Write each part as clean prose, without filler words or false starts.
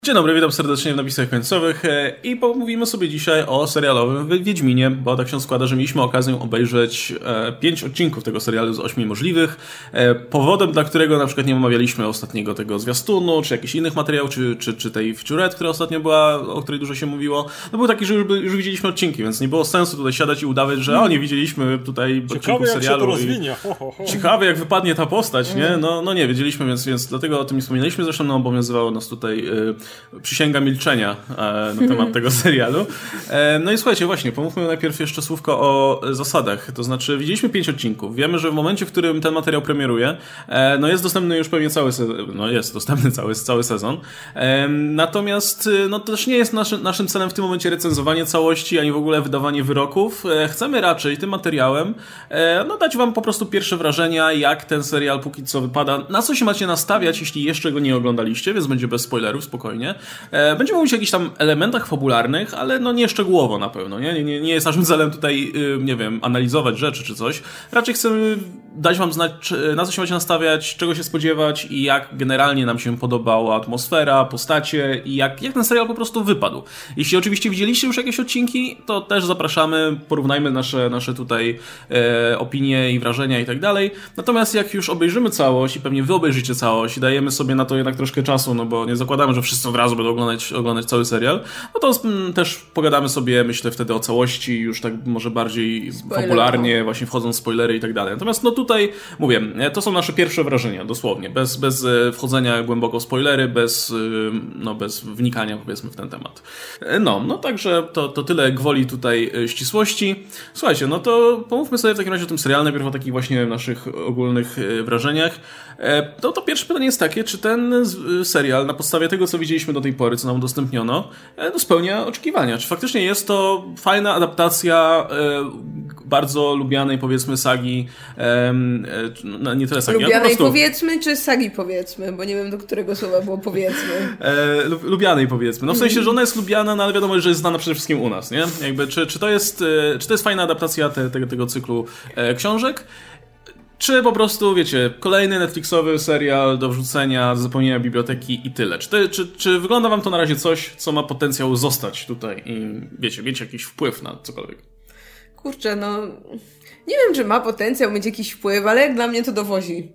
Dzień dobry, witam serdecznie w napisach końcowych i pomówimy sobie dzisiaj o serialowym Wiedźminie, bo tak się składa, że mieliśmy okazję obejrzeć 5 odcinków tego serialu z 8 możliwych. Powodem, dla którego na przykład nie omawialiśmy ostatniego tego zwiastunu, czy jakichś innych materiałów, czy tej wciuret, która ostatnio była, o której dużo się mówiło, no był taki, że już widzieliśmy odcinki, więc nie było sensu tutaj siadać i udawać, że nie widzieliśmy tutaj odcinków serialu. Jak się to rozwinie. Ciekawe, jak wypadnie ta postać, nie? No nie, wiedzieliśmy, więc dlatego o tym nie wspominaliśmy, zresztą obowiązywało nas tutaj przysięga milczenia na temat tego serialu. No i słuchajcie, właśnie, pomówmy najpierw jeszcze słówko o zasadach. To znaczy, widzieliśmy 5 odcinków. Wiemy, że w momencie, w którym ten materiał premieruje, no jest dostępny już pewnie cały sezon. No jest dostępny cały sezon. Natomiast no to też nie jest naszym celem w tym momencie recenzowanie całości, ani w ogóle wydawanie wyroków. Chcemy raczej tym materiałem no dać wam po prostu pierwsze wrażenia, jak ten serial póki co wypada, na co się macie nastawiać, jeśli jeszcze go nie oglądaliście, więc będzie bez spoilerów, spokojnie. Będziemy mówić o jakichś tam elementach fabularnych, ale no nie szczegółowo na pewno, nie jest naszym celem tutaj, nie wiem, analizować rzeczy czy coś. Raczej chcemy dać wam znać, na co się macie nastawiać, czego się spodziewać i jak generalnie nam się podobała atmosfera, postacie i jak ten serial po prostu wypadł. Jeśli oczywiście widzieliście już jakieś odcinki, to też zapraszamy, porównajmy nasze tutaj opinie i wrażenia i tak dalej. Natomiast jak już obejrzymy całość i pewnie wy obejrzycie całość i dajemy sobie na to jednak troszkę czasu, no bo nie zakładamy, że wszyscy od razu będą oglądać cały serial, no to też pogadamy sobie, myślę, wtedy o całości, już tak może bardziej popularnie, właśnie wchodząc w spoilery i tak dalej. Natomiast no tutaj, mówię, to są nasze pierwsze wrażenia, dosłownie, bez wchodzenia głęboko w spoilery, bez wnikania, powiedzmy, w ten temat. No także to tyle gwoli tutaj ścisłości. Słuchajcie, no to pomówmy sobie w takim razie o tym serialu, najpierw o takich właśnie naszych ogólnych wrażeniach. To pierwsze pytanie jest takie, czy ten serial na podstawie tego, co widzieliśmy do tej pory, co nam udostępniono, spełnia oczekiwania. Czy faktycznie jest to fajna adaptacja bardzo lubianej, powiedzmy, sagi, nie tyle sagi, lubianej, po prostu powiedzmy, czy sagi powiedzmy, bo nie wiem, do którego słowa było powiedzmy. Lubianej, powiedzmy. No w sensie, że ona jest lubiana, no ale wiadomo, że jest znana przede wszystkim u nas, nie? Jakby, czy to jest fajna adaptacja tego cyklu książek? Czy po prostu, wiecie, kolejny Netflixowy serial do wrzucenia, do zapełnienia biblioteki i tyle? Czy wygląda wam to na razie coś, co ma potencjał zostać tutaj i wiecie, mieć jakiś wpływ na cokolwiek? Kurczę, no... Nie wiem, czy ma potencjał mieć jakiś wpływ, ale jak dla mnie to dowozi.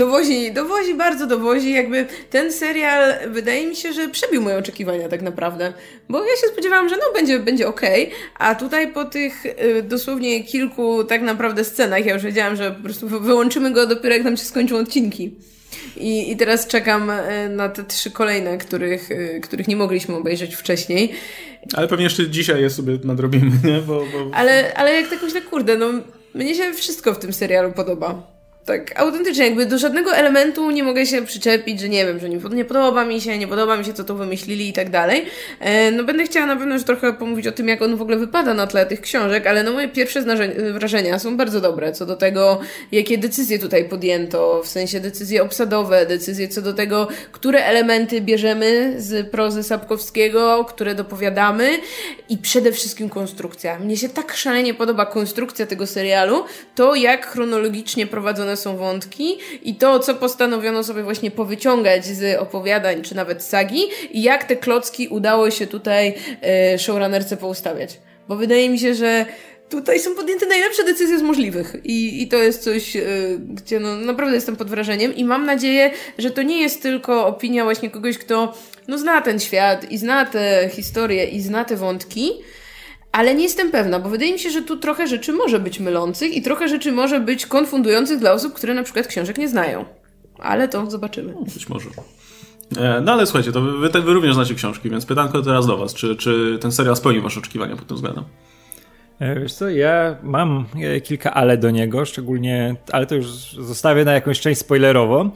Bardzo dowozi. Jakby ten serial, wydaje mi się, że przebił moje oczekiwania tak naprawdę. Bo ja się spodziewałam, że będzie okej, a tutaj po tych dosłownie kilku tak naprawdę scenach, ja już wiedziałam, że po prostu wyłączymy go dopiero jak nam się skończą odcinki. I teraz czekam na te 3 kolejne, których nie mogliśmy obejrzeć wcześniej. Ale pewnie jeszcze dzisiaj je sobie nadrobimy, nie? Ale jak tak myślę, kurde, no mnie się wszystko w tym serialu podoba. Tak, autentycznie, jakby do żadnego elementu nie mogę się przyczepić, że nie wiem, że nie podoba mi się, co to wymyślili i tak dalej. No będę chciała na pewno już trochę pomówić o tym, jak on w ogóle wypada na tle tych książek, ale no moje pierwsze wrażenia są bardzo dobre co do tego, jakie decyzje tutaj podjęto, w sensie decyzje obsadowe, decyzje co do tego, które elementy bierzemy z prozy Sapkowskiego, które dopowiadamy i przede wszystkim konstrukcja. Mnie się tak szalenie podoba konstrukcja tego serialu, to jak chronologicznie prowadzone są wątki i to, co postanowiono sobie właśnie powyciągać z opowiadań, czy nawet sagi i jak te klocki udało się tutaj showrunnerce poustawiać. Bo wydaje mi się, że tutaj są podjęte najlepsze decyzje z możliwych i to jest coś, gdzie no naprawdę jestem pod wrażeniem i mam nadzieję, że to nie jest tylko opinia właśnie kogoś, kto no zna ten świat i zna tę historię i zna te wątki, ale nie jestem pewna, bo wydaje mi się, że tu trochę rzeczy może być mylących i trochę rzeczy może być konfundujących dla osób, które na przykład książek nie znają. Ale to zobaczymy. Być może. No ale słuchajcie, to wy również znacie książki, więc pytanko teraz do was. Czy ten serial spełni wasze oczekiwania pod tym względem? Wiesz co, ja mam kilka ale do niego, szczególnie, ale to już zostawię na jakąś część spoilerową.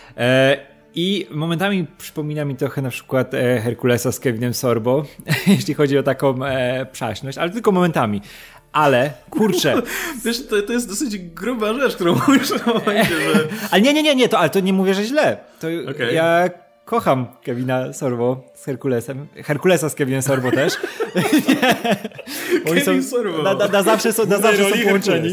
I momentami przypomina mi trochę na przykład Herkulesa z Kevinem Sorbo, jeśli chodzi o taką przaśność, ale tylko momentami. Ale, kurczę... Wiesz, to jest dosyć gruba rzecz, którą mówisz w momencie, że... Ale nie, ale to nie mówię, że źle. To okay. Ja kocham Kevina Sorbo z Herkulesem. Herkulesa z Kevinem Sorbo też. Kevin Sorbo. Na zawsze są połączeni.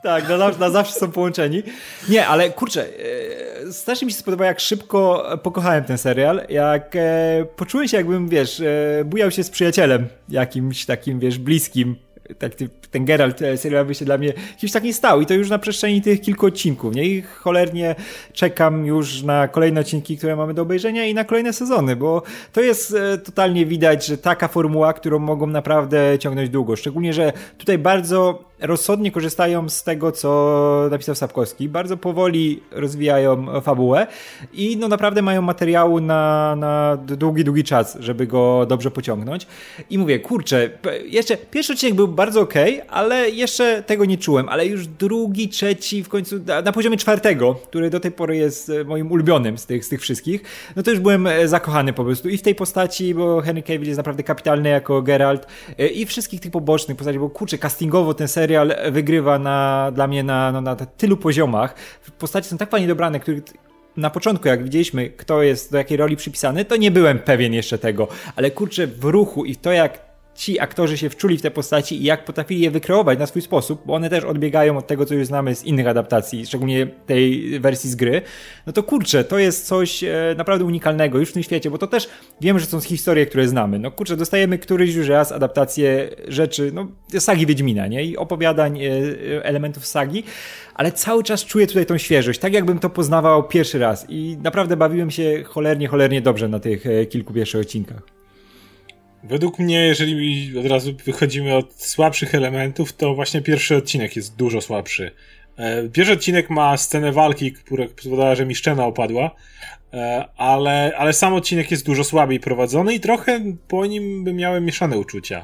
Tak, na zawsze są połączeni. Nie, ale kurczę, strasznie mi się spodoba, jak szybko pokochałem ten serial, jak poczułem się, jakbym, wiesz, bujał się z przyjacielem jakimś takim, wiesz, bliskim. Tak, ten Geralt serialowy się dla mnie kimś tak nie stał i to już na przestrzeni tych kilku odcinków, nie? I cholernie czekam już na kolejne odcinki, które mamy do obejrzenia i na kolejne sezony, bo to jest totalnie widać, że taka formuła, którą mogą naprawdę ciągnąć długo, szczególnie, że tutaj bardzo rozsądnie korzystają z tego, co napisał Sapkowski, bardzo powoli rozwijają fabułę i no naprawdę mają materiału na długi czas, żeby go dobrze pociągnąć. I mówię, kurczę, jeszcze pierwszy odcinek był bardzo okej, ale jeszcze tego nie czułem, ale już drugi, trzeci, w końcu na poziomie czwartego, który do tej pory jest moim ulubionym z tych wszystkich, no to już byłem zakochany po prostu i w tej postaci, bo Henry Cavill jest naprawdę kapitalny jako Geralt i wszystkich tych pobocznych postaci, bo kurczę, castingowo ten serial wygrywa dla mnie na tylu poziomach. Postacie są tak fajnie dobrane, które na początku, jak widzieliśmy, kto jest do jakiej roli przypisany, to nie byłem pewien jeszcze tego, ale kurczę, w ruchu i to, jak ci aktorzy się wczuli w te postaci i jak potrafili je wykreować na swój sposób, bo one też odbiegają od tego, co już znamy z innych adaptacji, szczególnie tej wersji z gry, no to kurczę, to jest coś naprawdę unikalnego już w tym świecie, bo to też wiemy, że są historie, które znamy. No kurczę, dostajemy któryś już raz adaptację rzeczy, no sagi Wiedźmina, nie? I opowiadań, elementów sagi, ale cały czas czuję tutaj tą świeżość, tak jakbym to poznawał pierwszy raz i naprawdę bawiłem się cholernie dobrze na tych kilku pierwszych odcinkach. Według mnie, jeżeli od razu wychodzimy od słabszych elementów, to właśnie pierwszy odcinek jest dużo słabszy. Pierwszy odcinek ma scenę walki, która spowodowała, że mi szczena opadła, ale sam odcinek jest dużo słabiej prowadzony i trochę po nim miałem mieszane uczucia.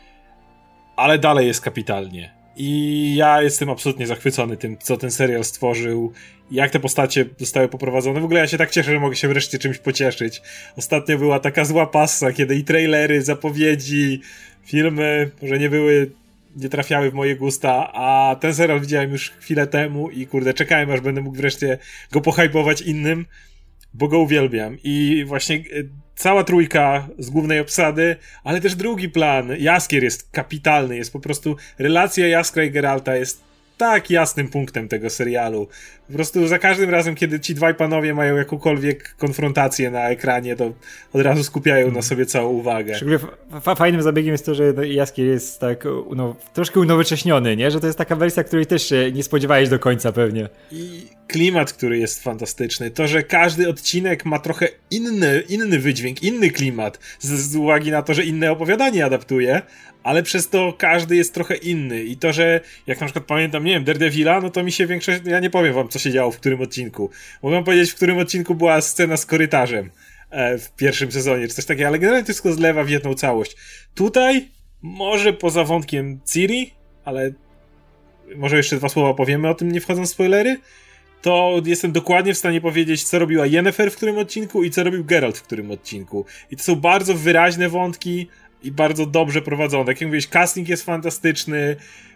Ale dalej jest kapitalnie. I ja jestem absolutnie zachwycony tym, co ten serial stworzył, jak te postacie zostały poprowadzone. W ogóle ja się tak cieszę, że mogę się wreszcie czymś pocieszyć. Ostatnio była taka zła passa, kiedy i trailery, zapowiedzi, filmy, może nie trafiały w moje gusta, a ten serial widziałem już chwilę temu i kurde, czekałem, aż będę mógł wreszcie go pohypować innym, bo go uwielbiam. I właśnie cała trójka z głównej obsady, ale też drugi plan, Jaskier jest kapitalny, jest po prostu, relacja Jaskra i Geralta jest tak jasnym punktem tego serialu. Po prostu za każdym razem, kiedy ci dwaj panowie mają jakąkolwiek konfrontację na ekranie, to od razu skupiają na sobie całą uwagę. Szczególnie fajnym zabiegiem jest to, że Jaskier jest tak troszkę unowocześniony, nie? Że to jest taka wersja, której też się nie spodziewałeś do końca pewnie. I klimat, który jest fantastyczny. To, że każdy odcinek ma trochę inny wydźwięk, inny klimat, z uwagi na to, że inne opowiadanie adaptuje, ale przez to każdy jest trochę inny. I to, że jak na przykład pamiętam, nie wiem, Daredevila, no to mi się większość, ja nie powiem wam, co się działo w którym odcinku. Mogę wam powiedzieć, w którym odcinku była scena z korytarzem w pierwszym sezonie, czy coś takiego, ale generalnie to wszystko zlewa w jedną całość. Tutaj, może poza wątkiem Ciri, ale może jeszcze 2 słowa powiemy o tym, nie wchodząc w spoilery, to jestem dokładnie w stanie powiedzieć, co robiła Yennefer w którym odcinku i co robił Geralt w którym odcinku. I to są bardzo wyraźne wątki i bardzo dobrze prowadzone. Jak mówiłeś, casting jest fantastyczny.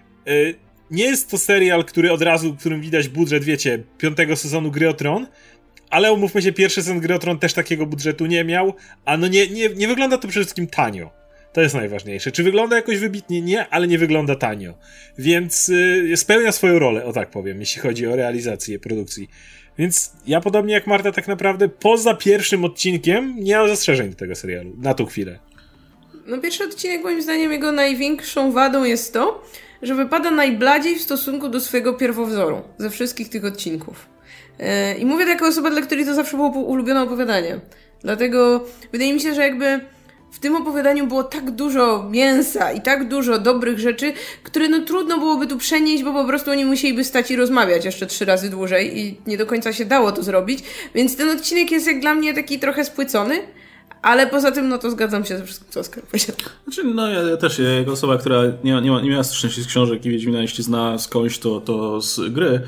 Nie jest to serial, który od razu, w którym widać budżet, wiecie, 5. sezonu Gry o Tron, ale umówmy się, pierwszy sezon Gry o Tron też takiego budżetu nie miał, a no nie wygląda to przede wszystkim tanio. To jest najważniejsze. Czy wygląda jakoś wybitnie? Nie, ale nie wygląda tanio. Więc spełnia swoją rolę, o tak powiem, jeśli chodzi o realizację produkcji. Więc ja podobnie jak Marta tak naprawdę poza pierwszym odcinkiem nie mam zastrzeżeń do tego serialu. Na tą chwilę. No pierwszy odcinek moim zdaniem jego największą wadą jest to, że wypada najbladziej w stosunku do swojego pierwowzoru ze wszystkich tych odcinków. I mówię to jako osoba, dla której to zawsze było ulubione opowiadanie. Dlatego wydaje mi się, że jakby w tym opowiadaniu było tak dużo mięsa i tak dużo dobrych rzeczy, które no trudno byłoby tu przenieść, bo po prostu oni musieliby stać i rozmawiać jeszcze 3 razy dłużej i nie do końca się dało to zrobić. Więc ten odcinek jest jak dla mnie taki trochę spłycony. Ale poza tym, no to zgadzam się ze wszystkim, co Oskar powiedział. Znaczy, no ja też, jako osoba, która nie miała styczności z książek i Wiedźmina, jeśli zna skądś, to z gry,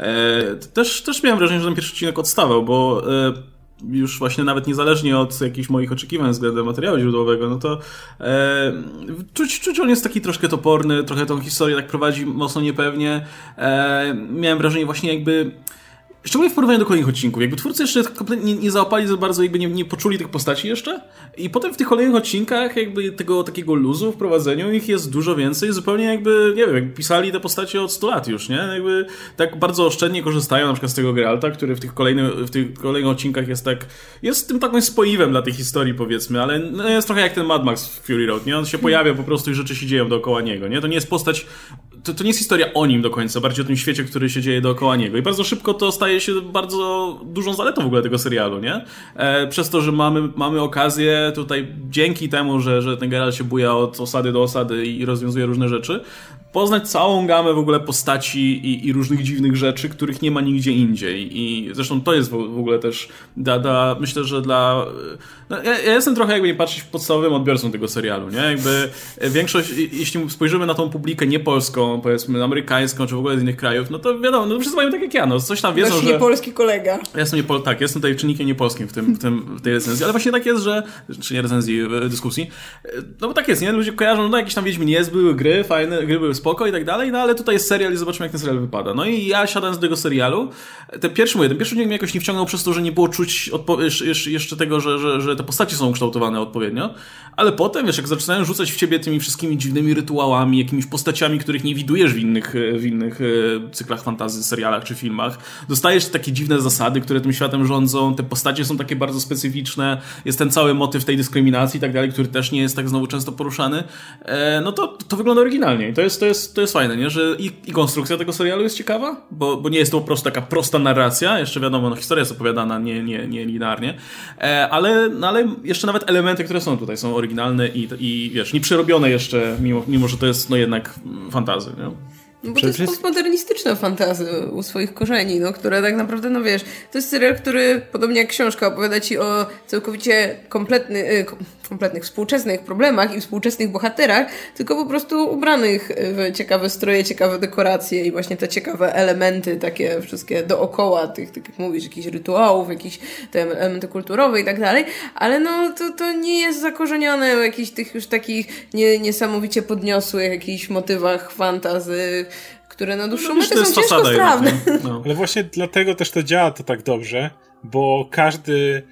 też miałem wrażenie, że ten pierwszy odcinek odstawał, bo już właśnie nawet niezależnie od jakichś moich oczekiwań względem materiału źródłowego, no to czuć, on jest taki troszkę toporny, trochę tą historię tak prowadzi mocno niepewnie. Miałem wrażenie właśnie jakby Szczególnie w porównaniu do kolejnych odcinków. Jakby twórcy jeszcze kompletnie nie załapali za bardzo, jakby nie poczuli tych postaci jeszcze. I potem w tych kolejnych odcinkach jakby tego takiego luzu w prowadzeniu ich jest dużo więcej. Zupełnie jakby, nie wiem, jakby pisali te postacie od 100 lat już, nie? Jakby tak bardzo oszczędnie korzystają na przykład z tego Geralta, który w tych kolejnych odcinkach jest tym takim spoiwem dla tej historii, powiedzmy, ale no jest trochę jak ten Mad Max w Fury Road, nie? On się pojawia po prostu i rzeczy się dzieją dookoła niego, nie? To nie jest postać, to nie jest historia o nim do końca, bardziej o tym świecie, który się dzieje dookoła niego. I bardzo szybko to staje się bardzo dużą zaletą w ogóle tego serialu, nie? Przez to, że mamy okazję tutaj, dzięki temu, że ten Geralt się buja od osady do osady i rozwiązuje różne rzeczy, poznać całą gamę w ogóle postaci i różnych dziwnych rzeczy, których nie ma nigdzie indziej. I zresztą to jest w ogóle też myślę, że no, ja jestem trochę, jakby nie patrzeć, podstawowym odbiorcą tego serialu, nie? Jakby większość, jeśli spojrzymy na tą publikę niepolską, powiedzmy amerykańską, czy w ogóle z innych krajów, no to wiadomo, no wszyscy mają tak jak ja, no coś tam wiedzą, Nasz że... niepolski kolega. Tak, jestem tutaj czynnikiem niepolskim w tej recenzji, ale właśnie tak jest, że... czy nie recenzji, dyskusji. No bo tak jest, nie? Ludzie kojarzą, no jakieś tam Wiedźmin jest, były gry, fajne, gry były spoko i tak dalej, no ale tutaj jest serial i zobaczymy, jak ten serial wypada. No i ja siadając do tego serialu, ten pierwszy odcinek mnie jakoś nie wciągnął przez to, że nie było czuć jeszcze tego, że te postacie są ukształtowane odpowiednio, ale potem, wiesz, jak zaczynają rzucać w ciebie tymi wszystkimi dziwnymi rytuałami, jakimiś postaciami, których nie widujesz w innych cyklach fantasy, serialach czy filmach, dostajesz takie dziwne zasady, które tym światem rządzą, te postacie są takie bardzo specyficzne, jest ten cały motyw tej dyskryminacji i tak dalej, który też nie jest tak znowu często poruszany, no to wygląda oryginalnie i to jest fajne, nie? Że i konstrukcja tego serialu jest ciekawa, bo nie jest to po prostu taka prosta narracja, jeszcze wiadomo, no historia jest opowiadana nie linearnie, ale jeszcze nawet elementy, które są tutaj, są oryginalne i wiesz, nie przerobione jeszcze, mimo że to jest no jednak fantasy, nie? No bo to jest postmodernistyczna fantasy u swoich korzeni, no, które tak naprawdę, no wiesz, to jest serial, który podobnie jak książka opowiada ci o całkowicie kompletnych współczesnych problemach i współczesnych bohaterach, tylko po prostu ubranych w ciekawe stroje, ciekawe dekoracje i właśnie te ciekawe elementy takie wszystkie dookoła tych, tak jak mówisz, jakichś rytuałów, jakieś te elementy kulturowe i tak dalej, ale no to nie jest zakorzenione w jakichś tych już takich niesamowicie podniosłych jakichś motywach fantasy, które na dłuższą metę są ciężko strawne. No. Ale właśnie dlatego też to działa to tak dobrze, bo każdy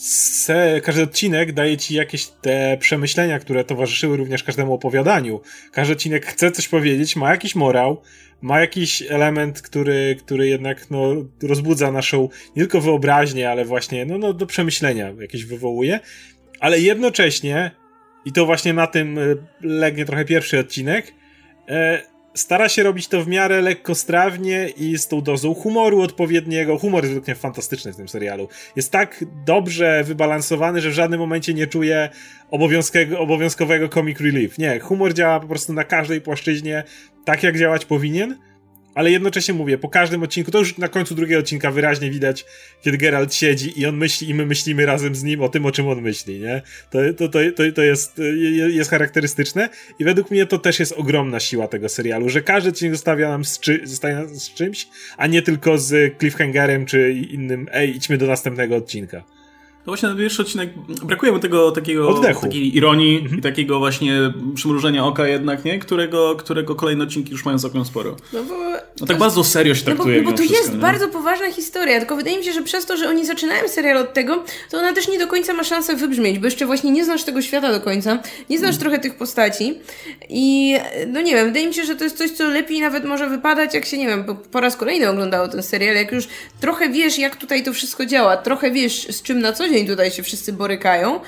odcinek daje ci jakieś te przemyślenia, które towarzyszyły również każdemu opowiadaniu. Każdy odcinek chce coś powiedzieć, ma jakiś morał, ma jakiś element, który jednak no, rozbudza naszą nie tylko wyobraźnię, ale właśnie no, do przemyślenia jakieś wywołuje, ale jednocześnie, i to właśnie na tym legnie trochę pierwszy odcinek, stara się robić to w miarę lekkostrawnie i z tą dozą humoru odpowiedniego. Humor jest według mnie fantastyczny w tym serialu. Jest tak dobrze wybalansowany, że w żadnym momencie nie czuję obowiązkowego comic relief. Nie, humor działa po prostu na każdej płaszczyźnie tak, jak działać powinien, ale jednocześnie mówię, po każdym odcinku, to już na końcu drugiego odcinka wyraźnie widać, kiedy Geralt siedzi i on myśli i my myślimy razem z nim o tym, o czym on myśli, nie? To jest charakterystyczne i według mnie to też jest ogromna siła tego serialu, że każdy odcinek zostaje z czymś, a nie tylko z cliffhangerem czy innym, idźmy do następnego odcinka. No właśnie na pierwszy odcinek brakuje mu tego takiej ironii i takiego właśnie przymrużenia oka jednak, nie? Którego kolejne odcinki już mają całkiem sporo. No tak bardzo serio się traktuje. No bo to jest bardzo poważna historia, tylko wydaje mi się, że przez to, że oni zaczynają serial od tego, to ona też nie do końca ma szansę wybrzmieć, bo jeszcze właśnie nie znasz tego świata do końca, nie znasz trochę tych postaci i no nie wiem, wydaje mi się, że to jest coś, co lepiej nawet może wypadać, jak się, nie wiem, po raz kolejny oglądało ten serial, jak już trochę wiesz, jak tutaj to wszystko działa, trochę wiesz, z czym na co dzień tutaj się wszyscy borykają.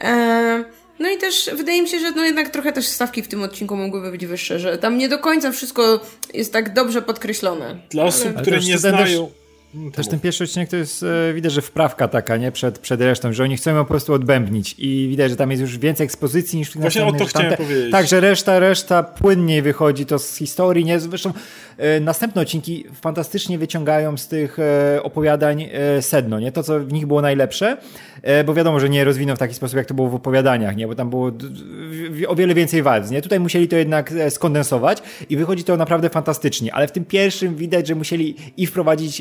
No i też wydaje mi się, że no jednak trochę też stawki w tym odcinku mogłyby być wyższe, że tam nie do końca wszystko jest tak dobrze podkreślone. Dla osób, które nie znają... Też ten pierwszy odcinek to jest, widać, że wprawka taka, nie? Przed resztą, że oni chcą ją po prostu odbębnić i widać, że tam jest już więcej ekspozycji niż w właśnie o to chciałem powiedzieć. Tak, że reszta płynniej wychodzi to z historii, nie? Zresztą następne odcinki fantastycznie wyciągają z tych opowiadań sedno, nie? To, co w nich było najlepsze, bo wiadomo, że nie rozwiną w taki sposób, jak to było w opowiadaniach, nie? Bo tam było o wiele więcej walc, nie? Tutaj musieli to jednak skondensować i wychodzi to naprawdę fantastycznie, ale w tym pierwszym widać, że musieli i wprowadzić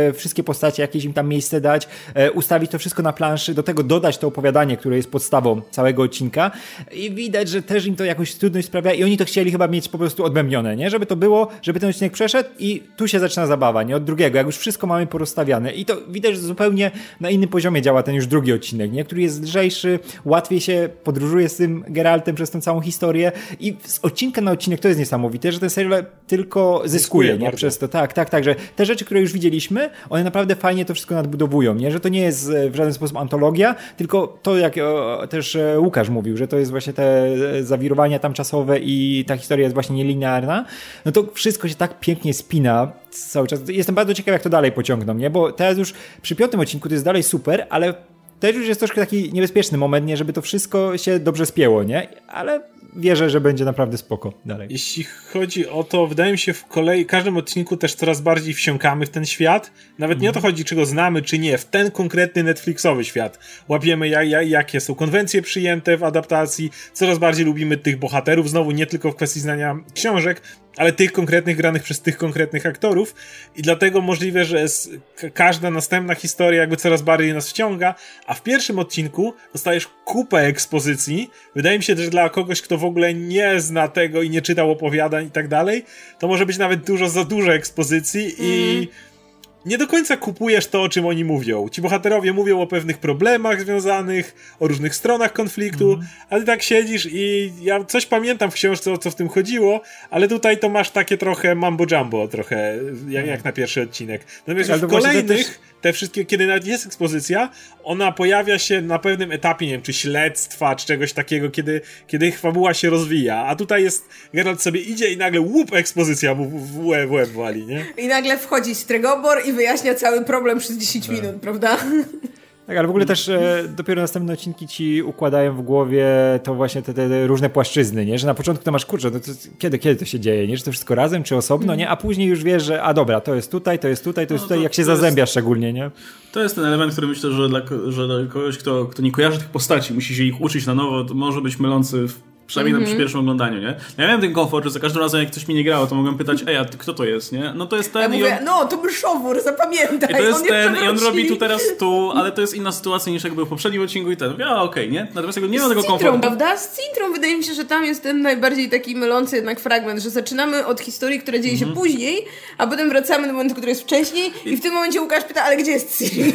wszystkie postacie, jakieś im tam miejsce dać, ustawić to wszystko na planszy, do tego dodać to opowiadanie, które jest podstawą całego odcinka i widać, że też im to jakąś trudność sprawia i oni to chcieli chyba mieć po prostu odbębnione, nie? Żeby to było, żeby ten odcinek przeszedł i tu się zaczyna zabawa, nie? Od drugiego, jak już wszystko mamy porozstawiane i to widać, że zupełnie na innym poziomie działa ten już drugi odcinek, nie? Który jest lżejszy, łatwiej się podróżuje z tym Geraltem przez tą całą historię i z odcinka na odcinek to jest niesamowite, że ten serial tylko zyskuje, nie? Bardzo. Przez to, tak, że te rzeczy, które już widzieliśmy, one naprawdę fajnie to wszystko nadbudowują, nie? Że to nie jest w żaden sposób antologia, tylko to, jak też Łukasz mówił, że to jest właśnie te zawirowania tam czasowe i ta historia jest właśnie nielinearna, no to wszystko się tak pięknie spina cały czas. Jestem bardzo ciekaw, jak to dalej pociągną, nie? Bo teraz już przy 5. odcinku to jest dalej super, ale też już jest troszkę taki niebezpieczny moment, nie? Żeby to wszystko się dobrze spięło, nie? Ale wierzę, że będzie naprawdę spoko dalej. Jeśli chodzi o to, wydaje mi się w każdym odcinku też coraz bardziej wsiąkamy w ten świat. Nawet nie o to chodzi, czy go znamy, czy nie. W ten konkretny Netflixowy świat. Łapiemy, jakie są konwencje przyjęte w adaptacji. Coraz bardziej lubimy tych bohaterów. Znowu nie tylko w kwestii znania książek, ale tych konkretnych granych przez tych konkretnych aktorów. I dlatego możliwe, że każda następna historia jakby coraz bardziej nas wciąga. A w pierwszym odcinku dostajesz kupę ekspozycji. Wydaje mi się, że dla kogoś, kto w ogóle nie zna tego i nie czytał opowiadań i tak dalej, to może być nawet za dużo ekspozycji i nie do końca kupujesz to, o czym oni mówią. Ci bohaterowie mówią o pewnych problemach związanych, o różnych stronach konfliktu, ale ty tak siedzisz i ja coś pamiętam w książce, o co w tym chodziło, ale tutaj to masz takie trochę mambo-jumbo, trochę jak na pierwszy odcinek. Natomiast w kolejnych, te wszystkie, kiedy nawet jest ekspozycja, ona pojawia się na pewnym etapie, nie wiem, czy śledztwa, czy czegoś takiego, kiedy fabuła się rozwija, a tutaj jest, Geralt sobie idzie i nagle ekspozycja mu w łeb wali, nie? I nagle wchodzi Stregobor i wyjaśnia cały problem przez 10 minut, prawda? Tak, ale w ogóle też dopiero następne odcinki ci układają w głowie to właśnie te różne płaszczyzny, nie? Że na początku to masz, kurczę, to kiedy to się dzieje, nie? Czy to wszystko razem, czy osobno, nie? A później już wiesz, że dobra, to jest tutaj, to jest tutaj, to jest tutaj, jak się zazębia szczególnie, nie? To jest ten element, który myślę, że dla kogoś, kto nie kojarzy tych postaci, musi się ich uczyć na nowo, to może być mylący przynajmniej przy pierwszym oglądaniu, nie? Ja miałem ten komfort, że za każdym razem, jak coś mi nie grało, to mogłem pytać, a kto to jest, nie? No to jest ten to był Szowór, zapamiętaj. I to jest ten, i on robi tu teraz ale to jest inna sytuacja niż jak był w poprzednim odcinku i ten. Okej, nie? Natomiast jakby nie ma tego komfortu. Prawda? Z Cintrą wydaje mi się, że tam jest ten najbardziej taki mylący jednak fragment, że zaczynamy od historii, która dzieje się później, a potem wracamy do momentu, który jest wcześniej i w tym momencie Łukasz pyta, ale gdzie jest Ciri?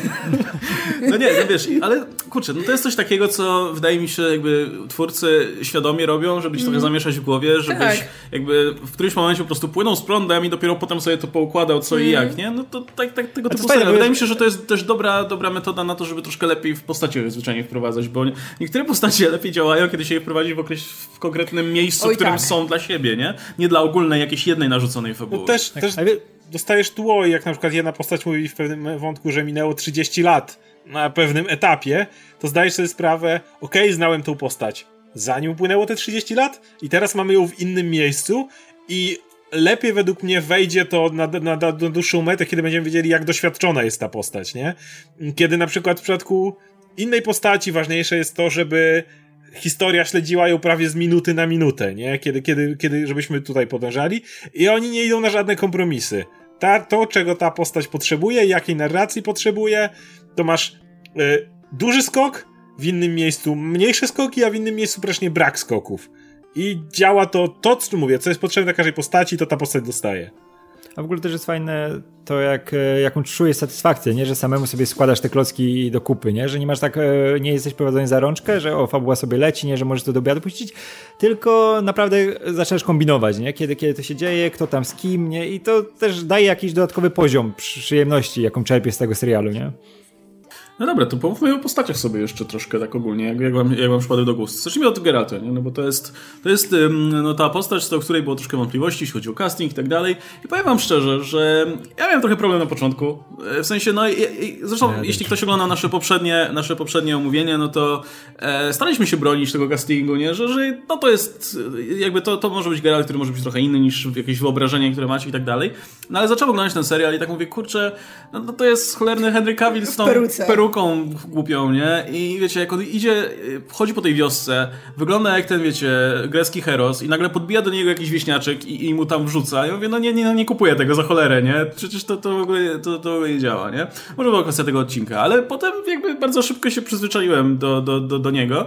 No nie, wiesz, ale kurczę, to jest coś takiego, co wydaje mi się jakby twórcy świadomie robią, żeby ci trochę zamieszać w głowie, żebyś jakby w którymś momencie po prostu płynął z prądem i dopiero potem sobie to poukładał co i jak, nie? No to tak tego typu serial. Wydaje mi się, że to jest też dobra metoda na to, żeby troszkę lepiej w postacie zwyczajnie wprowadzać, bo niektóre postacie lepiej działają, kiedy się je wprowadzi w konkretnym miejscu, w którym są dla siebie, nie? Nie dla ogólnej jakiejś jednej narzuconej fabuły. No też dostajesz tło, jak na przykład jedna postać mówi w pewnym wątku, że minęło 30 lat na pewnym etapie, to zdajesz sobie sprawę, znałem tą postać, zanim upłynęło te 30 lat i teraz mamy ją w innym miejscu i lepiej według mnie wejdzie to na dłuższą metę, kiedy będziemy wiedzieli, jak doświadczona jest ta postać, nie? Kiedy na przykład w przypadku innej postaci ważniejsze jest to, żeby historia śledziła ją prawie z minuty na minutę, nie? Kiedy żebyśmy tutaj podążali i oni nie idą na żadne kompromisy. To, czego ta postać potrzebuje, jakiej narracji potrzebuje, to masz duży skok, w innym miejscu mniejsze skoki, a w innym miejscu praktycznie brak skoków. I działa to, co mówię, co jest potrzebne każdej postaci, to ta postać dostaje. A w ogóle też jest fajne to, jaką czujesz satysfakcję, nie? Że samemu sobie składasz te klocki do kupy, nie? Że nie masz nie jesteś prowadzony za rączkę, że fabuła sobie leci, nie? Że możesz to do obiadu puścić, tylko naprawdę zaczynasz kombinować, nie? Kiedy to się dzieje, kto tam z kim, nie? I to też daje jakiś dodatkowy poziom przyjemności, jaką czerpiesz z tego serialu, nie? No dobra, to pomówmy o postaciach sobie jeszcze troszkę tak ogólnie, jak wam przypadły do gustu. Zacznijmy od Geralta, nie? No bo to jest ta postać, o której było troszkę wątpliwości, jeśli chodzi o casting i tak dalej. I powiem wam szczerze, że ja miałem trochę problem na początku. W sensie, zresztą jeśli ktoś ogląda nasze poprzednie omówienie, no to staraliśmy się bronić tego castingu, nie? Że to jest, jakby to może być Geralt, który może być trochę inny niż jakieś wyobrażenie, które macie i tak dalej. No ale zacząłem oglądać ten serial i tak mówię, kurczę, no to jest cholerny Henry Cavill z tą peruką, peruką głupią, nie? I wiecie, jak on idzie, chodzi po tej wiosce, wygląda jak ten, wiecie, grecki heros i nagle podbija do niego jakiś wieśniaczek i mu tam wrzuca. Ja mówię, no nie kupuję tego za cholerę, nie? Przecież to w ogóle nie działa, nie? Może była kwestia tego odcinka, ale potem jakby bardzo szybko się przyzwyczaiłem do niego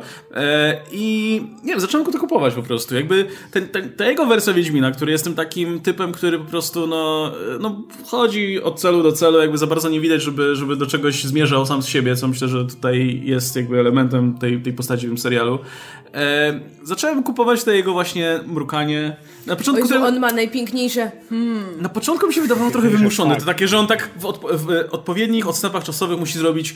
i nie wiem, zacząłem go to kupować po prostu. Jakby ta jego wersja Wiedźmina, który jestem takim typem, który po prostu no chodzi od celu do celu, jakby za bardzo nie widać, żeby do czegoś zmierzał sam z siebie, co myślę, że tutaj jest jakby elementem tej postaci w tym serialu. Zacząłem kupować te jego właśnie mrukanie. Na początku on ma najpiękniejsze Na początku mi się wydawało trochę wymuszone. To takie, że on tak w odpowiednich odstępach czasowych musi zrobić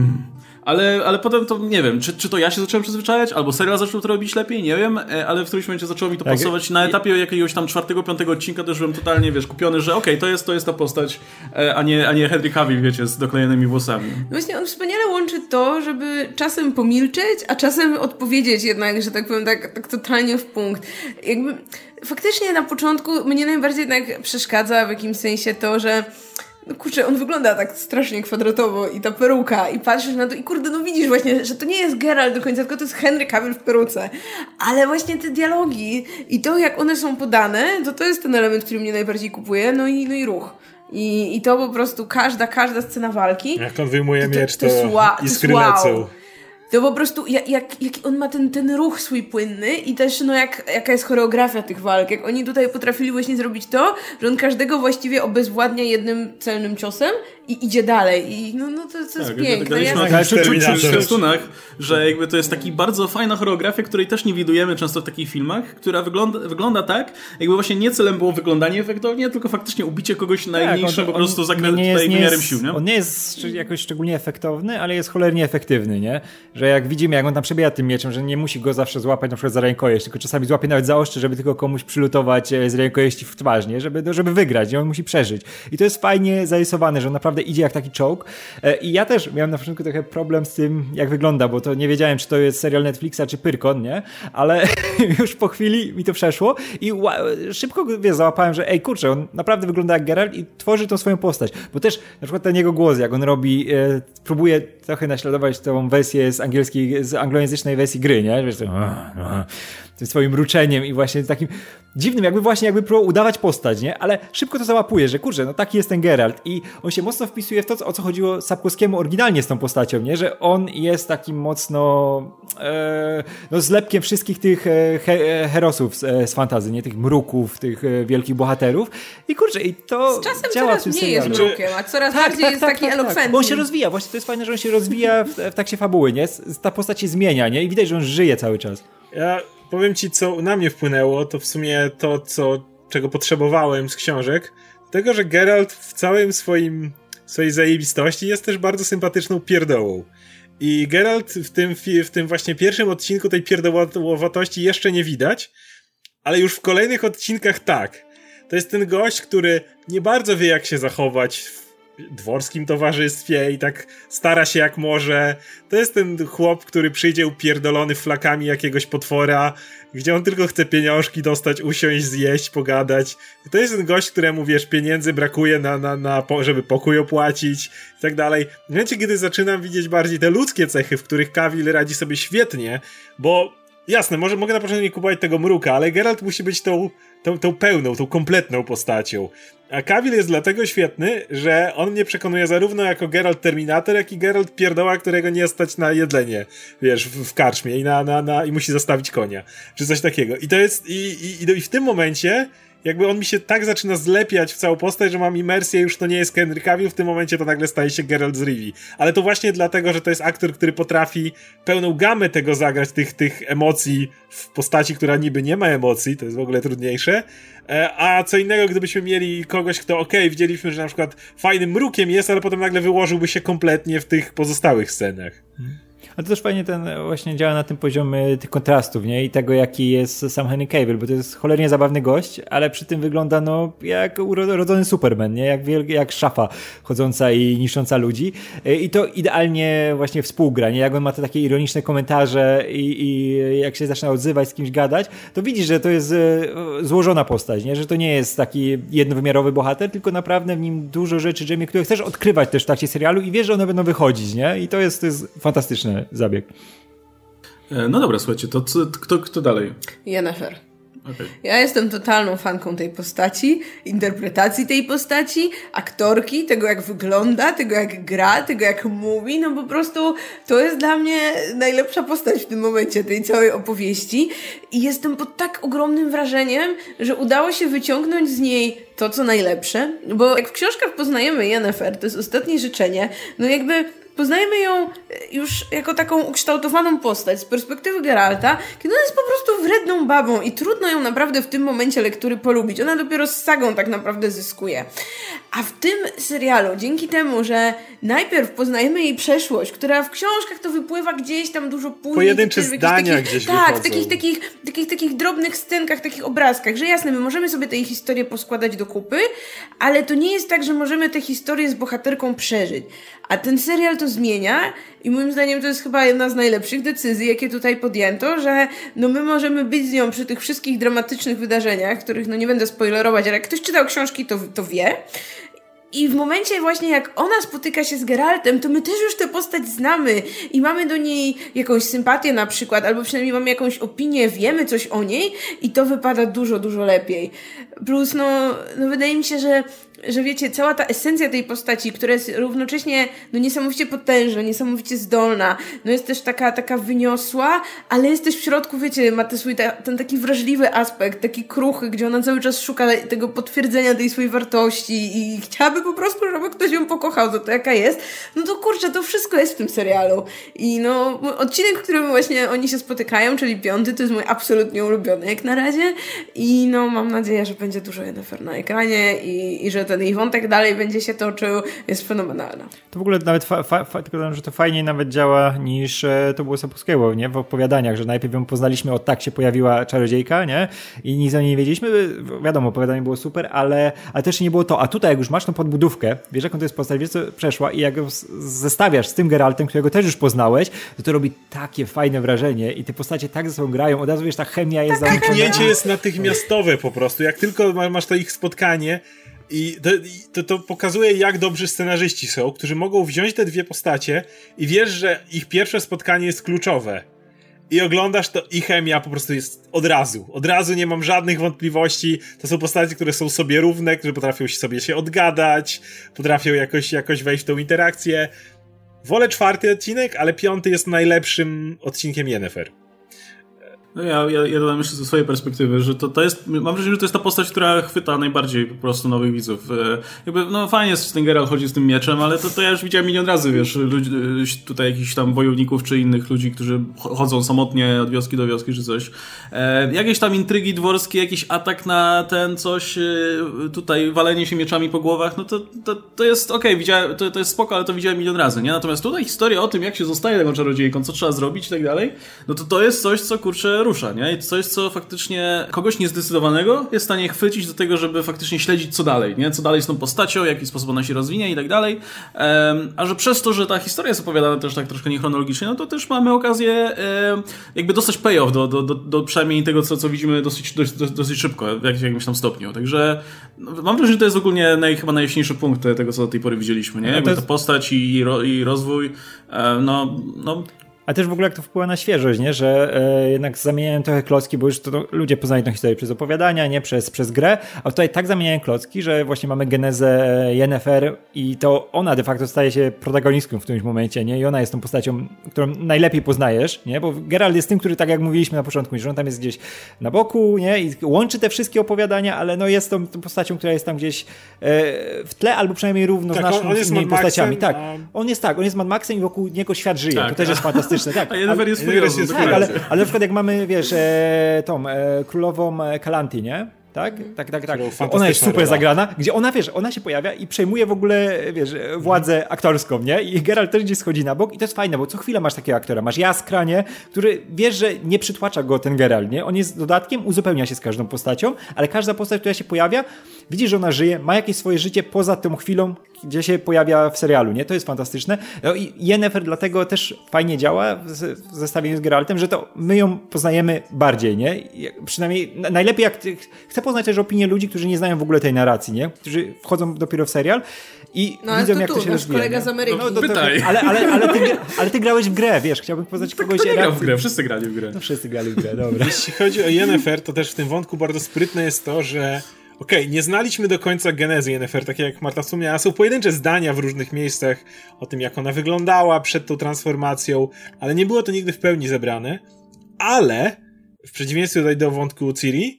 ale potem to nie wiem, czy to ja się zacząłem przyzwyczajać, albo serial zaczął to robić lepiej, nie wiem, ale w którymś momencie zaczęło mi to pasować. Na etapie jakiegoś tam 4-5 odcinka też byłem totalnie, wiesz, kupiony, że okej, to jest ta postać, a nie Henry Cavill, wiecie, z doklejonymi włosami. Właśnie on wspaniale łączy to, żeby czasem pomilczeć, a czasem odpowiedzieć jednak, że tak powiem, tak totalnie w punkt. Jakby faktycznie na początku mnie najbardziej jednak przeszkadza w jakimś sensie to, że no kurczę, on wygląda tak strasznie kwadratowo i ta peruka i patrzysz na to i kurde, no widzisz właśnie, że to nie jest Geralt do końca, tylko to jest Henry Cavill w peruce. Ale właśnie te dialogi i to, jak one są podane, to jest ten element, który mnie najbardziej kupuje, no i ruch. I to po prostu każda scena walki. Jak on wyjmuje miecz, to iskry lecą. To po prostu, jak on ma ten ruch swój płynny i też no jaka jest choreografia tych walk. Jak oni tutaj potrafili właśnie zrobić to, że on każdego właściwie obezwładnia jednym celnym ciosem i idzie dalej. I no to jest piękne. Czuć w stunach, że jakby to jest taki bardzo fajna choreografia, której też nie widujemy często w takich filmach, która wygląda tak, jakby właśnie nie celem było wyglądanie efektownie, tylko faktycznie ubicie kogoś najmniejszym po prostu wymiarem sił, nie? On nie jest jakoś szczególnie efektowny, ale jest cholernie efektywny, nie? Że jak widzimy, jak on tam przebija tym mieczem, że nie musi go zawsze złapać na przykład za rękojeść, tylko czasami złapie nawet za ostrze, żeby tylko komuś przylutować z rękojeści w twarz, nie? Żeby wygrać, nie? On musi przeżyć. I to jest fajnie zarysowane, że on naprawdę idzie jak taki czołg. I ja też miałem na początku trochę problem z tym, jak wygląda, bo to nie wiedziałem, czy to jest serial Netflixa, czy Pyrkon, nie? Ale już po chwili mi to przeszło i szybko załapałem, że ej, kurczę, on naprawdę wygląda jak Geralt i tworzy tą swoją postać. Bo też na przykład ten jego głos, jak on robi, próbuje trochę naśladować tą wersję z anglojęzycznej wersji gry, nie? Wiesz, tym swoim mruczeniem i właśnie takim dziwnym, jakby próbował udawać postać, nie? Ale szybko to załapuje, że kurczę, no taki jest ten Geralt i on się mocno wpisuje w to, o co chodziło Sapkowskiemu oryginalnie z tą postacią, nie? Że on jest takim mocno zlepkiem wszystkich tych herosów z fantasy, nie? Tych mruków, tych wielkich bohaterów i kurczę, i to z czasem działa coraz w tym mniej serialu. jest mrukiem, a coraz bardziej jest taki elokwentny. Bo on się rozwija, właśnie to jest fajne, że on się rozwija w trakcie fabuły, nie? Ta postać się zmienia, nie? I widać, że on żyje cały czas. Ja powiem ci, co na mnie wpłynęło, to w sumie to, czego potrzebowałem z książek, tego, że Geralt w całym swojej zajebistości jest też bardzo sympatyczną pierdołą. I Geralt w tym właśnie pierwszym odcinku tej pierdołowatości jeszcze nie widać, ale już w kolejnych odcinkach tak. To jest ten gość, który nie bardzo wie, jak się zachować w dworskim towarzystwie i tak stara się jak może. To jest ten chłop, który przyjdzie upierdolony flakami jakiegoś potwora, gdzie on tylko chce pieniążki dostać, usiąść, zjeść, pogadać. To jest ten gość, któremu, wiesz, pieniędzy brakuje żeby pokój opłacić i tak dalej. W momencie, kiedy zaczynam widzieć bardziej te ludzkie cechy, w których Cavill radzi sobie świetnie, bo jasne, mogę na początku nie kupować tego mruka, ale Geralt musi być tą pełną, tą kompletną postacią. A Cavill jest dlatego świetny, że on mnie przekonuje zarówno jako Geralt Terminator, jak i Geralt pierdoła, którego nie stać na jedzenie, wiesz, w karczmie i musi zostawić konia, czy coś takiego. I to jest, i w tym momencie jakby on mi się tak zaczyna zlepiać w całą postać, że mam imersję, już to nie jest Henry Cavill, w tym momencie to nagle staje się Geralt z Rivii. Ale to właśnie dlatego, że to jest aktor, który potrafi pełną gamę tego zagrać, tych emocji w postaci, która niby nie ma emocji, to jest w ogóle trudniejsze. A co innego, gdybyśmy mieli kogoś, kto widzieliśmy, że na przykład fajnym mrukiem jest, ale potem nagle wyłożyłby się kompletnie w tych pozostałych scenach. A to też fajnie właśnie działa na tym poziomie tych kontrastów, nie? I tego, jaki jest sam Henry Cavill, bo to jest cholernie zabawny gość, ale przy tym wygląda jak urodzony Superman, nie? Jak szafa chodząca i niszcząca ludzi. I to idealnie właśnie współgra, nie? Jak on ma te takie ironiczne komentarze i jak się zaczyna odzywać, z kimś gadać, to widzisz, że to jest złożona postać, nie? Że to nie jest taki jednowymiarowy bohater, tylko naprawdę w nim dużo rzeczy, Jamie, które chcesz odkrywać też w trakcie serialu i wiesz, że one będą wychodzić, nie? I to jest fantastyczny zabieg. No dobra, słuchajcie, to kto dalej? Yennefer. Okay. Ja jestem totalną fanką tej postaci, interpretacji tej postaci, aktorki, tego jak wygląda, tego jak gra, tego jak mówi, no po prostu to jest dla mnie najlepsza postać w tym momencie tej całej opowieści i jestem pod tak ogromnym wrażeniem, że udało się wyciągnąć z niej to, co najlepsze, bo jak w książkach poznajemy Yennefer, to jest Ostatnie życzenie, no jakby poznajemy ją już jako taką ukształtowaną postać z perspektywy Geralta, kiedy ona jest po prostu wredną babą i trudno ją naprawdę w tym momencie lektury polubić. Ona dopiero z sagą tak naprawdę zyskuje. A w tym serialu, dzięki temu, że najpierw poznajemy jej przeszłość, która w książkach to wypływa gdzieś tam dużo później. Pojedyncze zdania gdzieś wychodzą. Tak, w takich drobnych scenkach, takich obrazkach, że jasne, my możemy sobie tę historię poskładać do kupy, ale to nie jest tak, że możemy tę historię z bohaterką przeżyć. A ten serial to zmienia i moim zdaniem to jest chyba jedna z najlepszych decyzji, jakie tutaj podjęto, że no my możemy być z nią przy tych wszystkich dramatycznych wydarzeniach, których no nie będę spoilerować, ale jak ktoś czytał książki, to wie. I w momencie właśnie jak ona spotyka się z Geraltem, to my też już tę postać znamy i mamy do niej jakąś sympatię na przykład, albo przynajmniej mamy jakąś opinię, wiemy coś o niej i to wypada dużo, dużo lepiej. Plus no wydaje mi się, że wiecie, cała ta esencja tej postaci, która jest równocześnie no niesamowicie potężna, niesamowicie zdolna, no jest też taka wyniosła, ale jest też w środku, wiecie, ma ten taki wrażliwy aspekt, taki kruchy, gdzie ona cały czas szuka tego potwierdzenia tej swojej wartości i chciałaby po prostu, żeby ktoś ją pokochał za to, jaka jest. No to kurczę, to wszystko jest w tym serialu. I no, odcinek, w którym właśnie oni się spotykają, czyli 5, to jest mój absolutnie ulubiony jak na razie i no mam nadzieję, że będzie dużo Yennefer na ekranie i że ten jej wątek dalej będzie się toczył, jest fenomenalna. To w ogóle nawet tylko że to fajniej nawet działa niż to było Sapkowskiego, nie? W opowiadaniach, że najpierw ją poznaliśmy, od tak się pojawiła czarodziejka, nie? I nic o niej nie wiedzieliśmy. Wiadomo, opowiadanie było super, ale też nie było to. A tutaj jak już masz tą podbudówkę, wiesz jaką to jest postać, wiesz co przeszła i jak ją zestawiasz z tym Geraltem, którego też już poznałeś, to robi takie fajne wrażenie i te postacie tak ze sobą grają, od razu wiesz, ta chemia jest załączona. Kliknięcie jest natychmiastowe po prostu. Jak tylko masz to ich spotkanie, i to pokazuje, jak dobrzy scenarzyści są, którzy mogą wziąć te dwie postacie i wiesz, że ich pierwsze spotkanie jest kluczowe. I oglądasz to i chemia po prostu jest od razu. Od razu nie mam żadnych wątpliwości. To są postacie, które są sobie równe, które potrafią sobie się odgadać, potrafią jakoś wejść w tą interakcję. Wolę 4. odcinek, ale 5. jest najlepszym odcinkiem Yennefer. No ja dodam jeszcze ze swojej perspektywy, że to jest, mam wrażenie, że to jest ta postać, która chwyta najbardziej po prostu nowych widzów. Jakby, no fajnie jest, że ten Geralt chodzi z tym mieczem, ale to ja już widziałem milion razy, wiesz, tutaj jakichś tam wojowników czy innych ludzi, którzy chodzą samotnie od wioski do wioski czy coś. Jakieś tam intrygi dworskie, jakiś atak na ten coś, tutaj walenie się mieczami po głowach, no to jest okej, widziałem, to jest spoko, ale to widziałem milion razy, nie? Natomiast tutaj historia o tym, jak się zostaje taką czarodziejką, co trzeba zrobić i tak dalej, no to jest coś, co kurczę rusza, nie? I coś, co faktycznie kogoś niezdecydowanego jest w stanie chwycić do tego, żeby faktycznie śledzić co dalej, nie? Co dalej z tą postacią, w jaki sposób ona się rozwinie i tak dalej. A że przez to, że ta historia jest opowiadana też tak troszkę niechronologicznie, no to też mamy okazję jakby dostać payoff do przynajmniej tego, co widzimy dosyć szybko, w jakimś tam stopniu. Także mam wrażenie, że to jest ogólnie chyba najjaśniejszy punkt tego, co do tej pory widzieliśmy, nie? Jakby ta postać i rozwój, A też w ogóle jak to wpływa na świeżość, nie? Że jednak zamieniają trochę klocki, bo już to ludzie poznali tę historię przez opowiadania, nie? Przez grę, a tutaj tak zamieniają klocki, że właśnie mamy genezę Yennefer i to ona de facto staje się protagonistką w którymś momencie, nie? I ona jest tą postacią, którą najlepiej poznajesz, nie? Bo Geralt jest tym, który tak jak mówiliśmy na początku, że on tam jest gdzieś na boku, nie? I łączy te wszystkie opowiadania, ale no jest tą postacią, która jest tam gdzieś w tle, albo przynajmniej równo z naszymi postaciami. Tak, on jest Mad Maxem i wokół niego świat żyje. Tak. To też jest fantastyczne. Tak, a Yennefer jest tak, ale na przykład jak mamy, wiesz, tą królową Kalanti, nie? tak? Tak. Ona jest super rola. zagrana, gdzie ona, wiesz, ona się pojawia i przejmuje w ogóle, wiesz, władzę aktorską, nie? I Geralt też gdzieś schodzi na bok i to jest fajne, bo co chwilę masz takiego aktora. Masz Jaskra, nie? Który, wiesz, że nie przytłacza go ten Geralt, nie? On jest dodatkiem, uzupełnia się z każdą postacią, ale każda postać, która się pojawia, widzisz, że ona żyje, ma jakieś swoje życie poza tą chwilą, gdzie się pojawia w serialu, nie? To jest fantastyczne. No i Yennefer dlatego też fajnie działa w zestawieniu z Geraltem, że to my ją poznajemy bardziej, nie? Przynajmniej najlepiej jak chcę poznać też opinię ludzi, którzy nie znają w ogóle tej narracji, nie? Którzy wchodzą dopiero w serial i widzą, jak to się rozwija. Kolega z Ameryki. Pytaj. Ale ty grałeś w grę, wiesz, chciałbym poznać kogoś... Kto nie grał w grę? Wszyscy grali w grę. No wszyscy grali w grę, dobra. Jeśli chodzi o Yennefer, to też w tym wątku bardzo sprytne jest to, że nie znaliśmy do końca genezy Yennefer, takie jak Marta wspomniała, są pojedyncze zdania w różnych miejscach o tym, jak ona wyglądała przed tą transformacją, ale nie było to nigdy w pełni zebrane, ale w przeciwieństwie tutaj do wątku Ciri,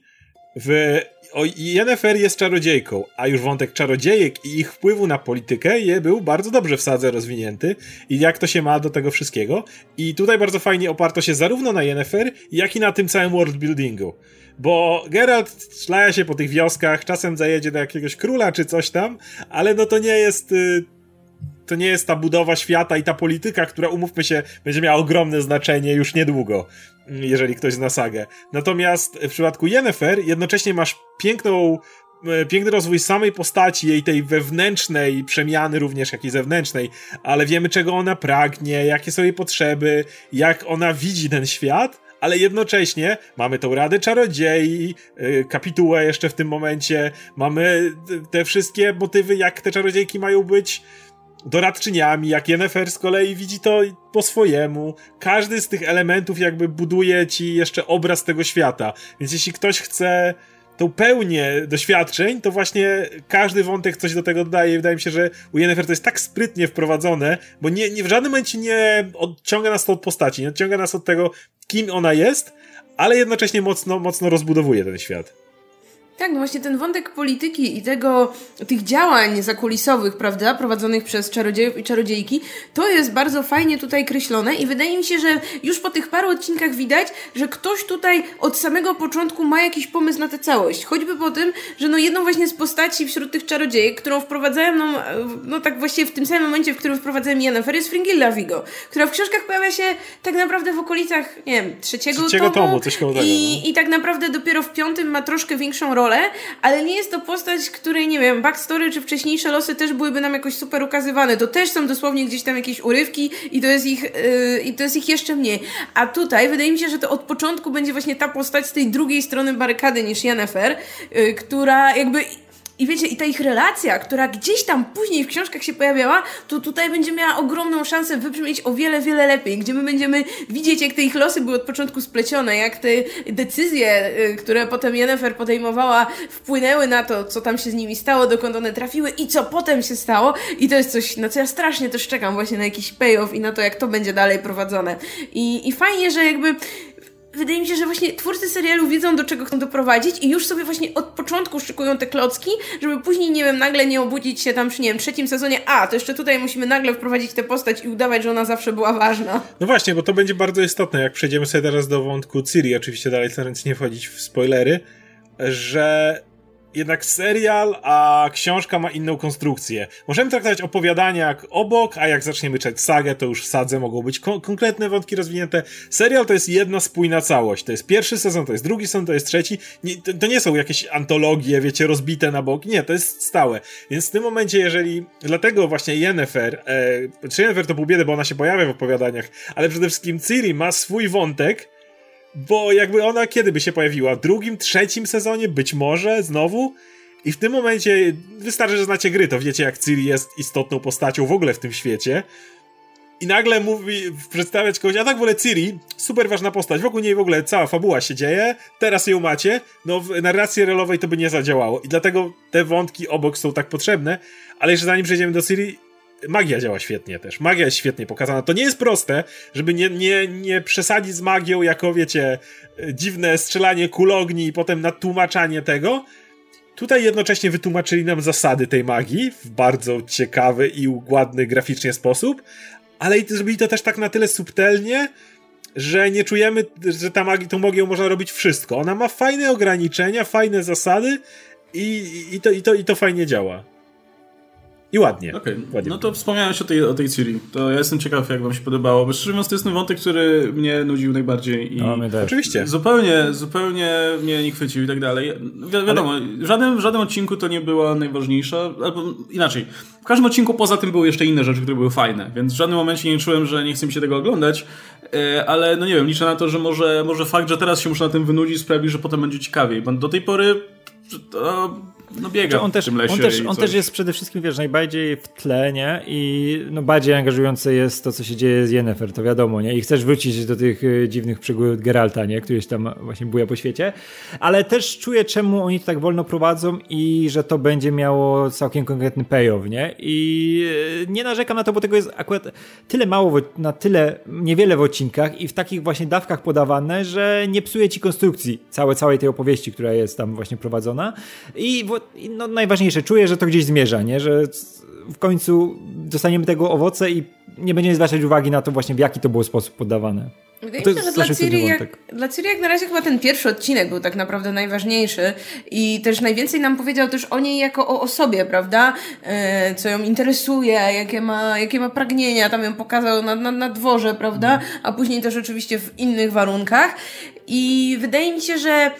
Yennefer jest czarodziejką, a już wątek czarodziejek i ich wpływu na politykę był bardzo dobrze w sadze rozwinięty i jak to się ma do tego wszystkiego. I tutaj bardzo fajnie oparto się zarówno na Yennefer, jak i na tym całym worldbuildingu. Bo Geralt szlaja się po tych wioskach, czasem zajedzie do jakiegoś króla czy coś tam, ale no to nie jest ta budowa świata i ta polityka, która, umówmy się, będzie miała ogromne znaczenie już niedługo, jeżeli ktoś zna sagę. Natomiast w przypadku Yennefer jednocześnie masz piękny rozwój samej postaci, jej tej wewnętrznej przemiany również, jak i zewnętrznej, ale wiemy, czego ona pragnie, jakie są jej potrzeby, jak ona widzi ten świat, ale jednocześnie mamy tą Radę Czarodziei, kapitułę jeszcze w tym momencie, mamy te wszystkie motywy, jak te czarodziejki mają być doradczyniami, jak Yennefer z kolei widzi to po swojemu. Każdy z tych elementów jakby buduje ci jeszcze obraz tego świata. Więc jeśli ktoś chce tą pełnię doświadczeń, to właśnie każdy wątek coś do tego dodaje. Wydaje mi się, że u Yennefer to jest tak sprytnie wprowadzone, bo nie w żadnym momencie nie odciąga nas to od postaci, nie odciąga nas od tego, kim ona jest, ale jednocześnie mocno rozbudowuje ten świat. Tak, no właśnie ten wątek polityki i tych działań zakulisowych, prawda, prowadzonych przez czarodziejów i czarodziejki, to jest bardzo fajnie tutaj kreślone i wydaje mi się, że już po tych paru odcinkach widać, że ktoś tutaj od samego początku ma jakiś pomysł na tę całość. Choćby po tym, że no jedną właśnie z postaci wśród tych czarodziejek, którą wprowadzałem, no tak właściwie w tym samym momencie, w którym wprowadzałem Yennefer, jest Fringilla Vigo, która w książkach pojawia się tak naprawdę w okolicach, nie wiem, trzeciego tomu coś koło tego, i tak naprawdę dopiero w 5 ma troszkę większą rolę, ale nie jest to postać, której, nie wiem, backstory czy wcześniejsze losy też byłyby nam jakoś super ukazywane. To też są dosłownie gdzieś tam jakieś urywki i to jest ich jeszcze mniej. A tutaj wydaje mi się, że to od początku będzie właśnie ta postać z tej drugiej strony barykady niż Yennefer, która jakby... I wiecie, i ta ich relacja, która gdzieś tam później w książkach się pojawiała, to tutaj będzie miała ogromną szansę wybrzmieć o wiele, wiele lepiej, gdzie my będziemy widzieć, jak te ich losy były od początku splecione, jak te decyzje, które potem Yennefer podejmowała, wpłynęły na to, co tam się z nimi stało, dokąd one trafiły i co potem się stało. I to jest coś, na co ja strasznie też czekam właśnie na jakiś payoff i na to, jak to będzie dalej prowadzone. I fajnie, że jakby... Wydaje mi się, że właśnie twórcy serialu wiedzą, do czego chcą doprowadzić i już sobie właśnie od początku szykują te klocki, żeby później, nie wiem, nagle nie obudzić się tam przy, nie wiem, 3. sezonie, to jeszcze tutaj musimy nagle wprowadzić tę postać i udawać, że ona zawsze była ważna. No właśnie, bo to będzie bardzo istotne, jak przejdziemy sobie teraz do wątku Ciri, oczywiście dalej starając się nie wchodzić w spoilery, że jednak serial, a książka ma inną konstrukcję. Możemy traktować opowiadania jak obok, a jak zaczniemy czytać sagę, to już w sadze mogą być konkretne wątki rozwinięte. Serial to jest jedna spójna całość. To jest pierwszy sezon, to jest drugi sezon, to jest trzeci. To nie są jakieś antologie, wiecie, rozbite na boki. Nie, to jest stałe. Więc w tym momencie, jeżeli... Dlatego właśnie Yennefer to pół biedy, bo ona się pojawia w opowiadaniach, ale przede wszystkim Ciri ma swój wątek, bo jakby ona kiedy by się pojawiła? W 2., 3. sezonie? Być może znowu? I w tym momencie wystarczy, że znacie gry, to wiecie, jak Ciri jest istotną postacią w ogóle w tym świecie. I nagle przedstawiać kogoś, a tak w ogóle Ciri, super ważna postać, wokół niej w ogóle cała fabuła się dzieje, teraz ją macie, no w narracji realowej to by nie zadziałało. I dlatego te wątki obok są tak potrzebne, ale jeszcze zanim przejdziemy do Ciri, magia działa świetnie też. Magia jest świetnie pokazana. To nie jest proste, żeby nie przesadzić z magią jako, wiecie, dziwne strzelanie kul ogni i potem nadtłumaczanie tego. Tutaj jednocześnie wytłumaczyli nam zasady tej magii w bardzo ciekawy i ładny graficznie sposób, ale i zrobili to też tak na tyle subtelnie, że nie czujemy, że tą magią można robić wszystko. Ona ma fajne ograniczenia, fajne zasady i to fajnie działa. I ładnie. Okej. Ładnie. No to wspomniałeś o tej Ciri. To ja jestem ciekaw, jak wam się podobało, bo szczerze mówiąc to jest ten wątek, który mnie nudził najbardziej. I oczywiście. Zupełnie mnie nie chwycił i tak dalej. Wiadomo, w żadnym odcinku to nie była najważniejsza, albo inaczej. W każdym odcinku poza tym były jeszcze inne rzeczy, które były fajne, więc w żadnym momencie nie czułem, że nie chce mi się tego oglądać, ale no nie wiem, liczę na to, że może fakt, że teraz się muszę na tym wynudzić, sprawi, że potem będzie ciekawiej, bo do tej pory biega on też, w tym lesie. On też jest przede wszystkim, wiesz, najbardziej w tle, nie? I bardziej angażujące jest to, co się dzieje z Yennefer, to wiadomo, nie? I chcesz wrócić do tych dziwnych przygód Geralta, nie? Któryś tam właśnie buja po świecie. Ale też czuję, czemu oni to tak wolno prowadzą i że to będzie miało całkiem konkretny payoff, nie? I nie narzekam na to, bo tego jest akurat tyle mało, na tyle niewiele w odcinkach i w takich właśnie dawkach podawane, że nie psuje ci konstrukcji całej tej opowieści, która jest tam właśnie prowadzona. I no, najważniejsze, czuję, że to gdzieś zmierza, nie? Że w końcu dostaniemy tego owoce i nie będziemy zwracać uwagi na to właśnie, w jaki to był sposób podawane. Wydaje mi się, że dla Ciri jak na razie chyba ten pierwszy odcinek był tak naprawdę najważniejszy i też najwięcej nam powiedział też o niej jako o osobie, prawda? Co ją interesuje, jakie ma pragnienia, tam ją pokazał na dworze, prawda? A później też oczywiście w innych warunkach. I wydaje mi się, że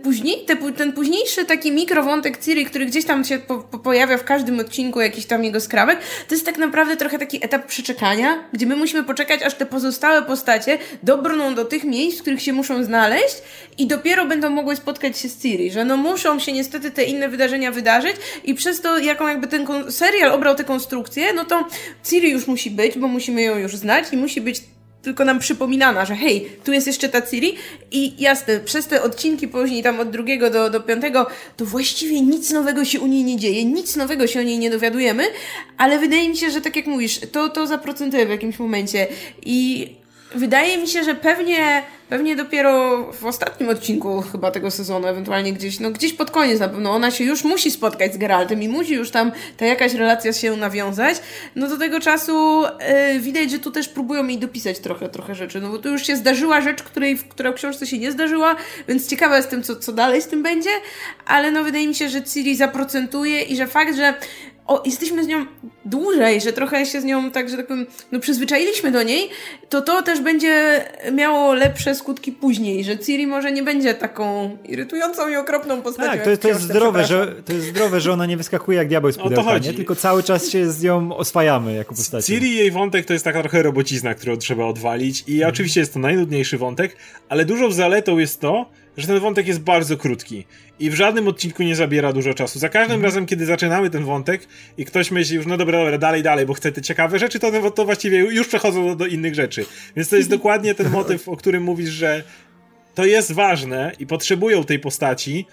ten późniejszy taki mikrowątek Ciri, który gdzieś tam się pojawia w każdym odcinku, jakiś tam jego skrawek, to jest tak naprawdę trochę taki etap przeczekania, gdzie my musimy poczekać, aż te pozostałe postacie dobrną do tych miejsc, w których się muszą znaleźć i dopiero będą mogły spotkać się z Ciri, że no muszą się niestety te inne wydarzenia wydarzyć i przez to, jaką jakby ten serial obrał tę konstrukcję, no to Ciri już musi być, bo musimy ją już znać i musi być tylko nam przypominana, że hej, tu jest jeszcze ta Ciri i jasne, przez te odcinki później tam od 2 do 5 to właściwie nic nowego się u niej nie dzieje, nic nowego się o niej nie dowiadujemy, ale wydaje mi się, że tak jak mówisz, to zaprocentuje w jakimś momencie i wydaje mi się, że pewnie dopiero w ostatnim odcinku chyba tego sezonu, ewentualnie gdzieś pod koniec na pewno, ona się już musi spotkać z Geraltem i musi już tam ta jakaś relacja się nawiązać. No do tego czasu widać, że tu też próbują jej dopisać trochę rzeczy, no bo tu już się zdarzyła rzecz, która w książce się nie zdarzyła, więc ciekawa jestem, co dalej z tym będzie, ale no wydaje mi się, że Ciri zaprocentuje i że fakt, że jesteśmy z nią dłużej, że trochę się z nią, tak, że tak powiem, no przyzwyczailiśmy do niej, to też będzie miało lepsze skutki później, że Ciri może nie będzie taką irytującą i okropną postacią. Tak, to jest zdrowe, że ona nie wyskakuje jak diabeł z pudełka, nie? Tylko cały czas się z nią oswajamy jako postacią. Ciri i jej wątek to jest taka trochę robocizna, którą trzeba odwalić i oczywiście jest to najnudniejszy wątek, ale dużą zaletą jest to, że ten wątek jest bardzo krótki i w żadnym odcinku nie zabiera dużo czasu. Za każdym razem, kiedy zaczynamy ten wątek i ktoś myśli już, no dobra, dalej, bo chce te ciekawe rzeczy, to właściwie już przechodzą do innych rzeczy. Więc to jest dokładnie ten motyw, o którym mówisz, że to jest ważne i potrzebują tej postaci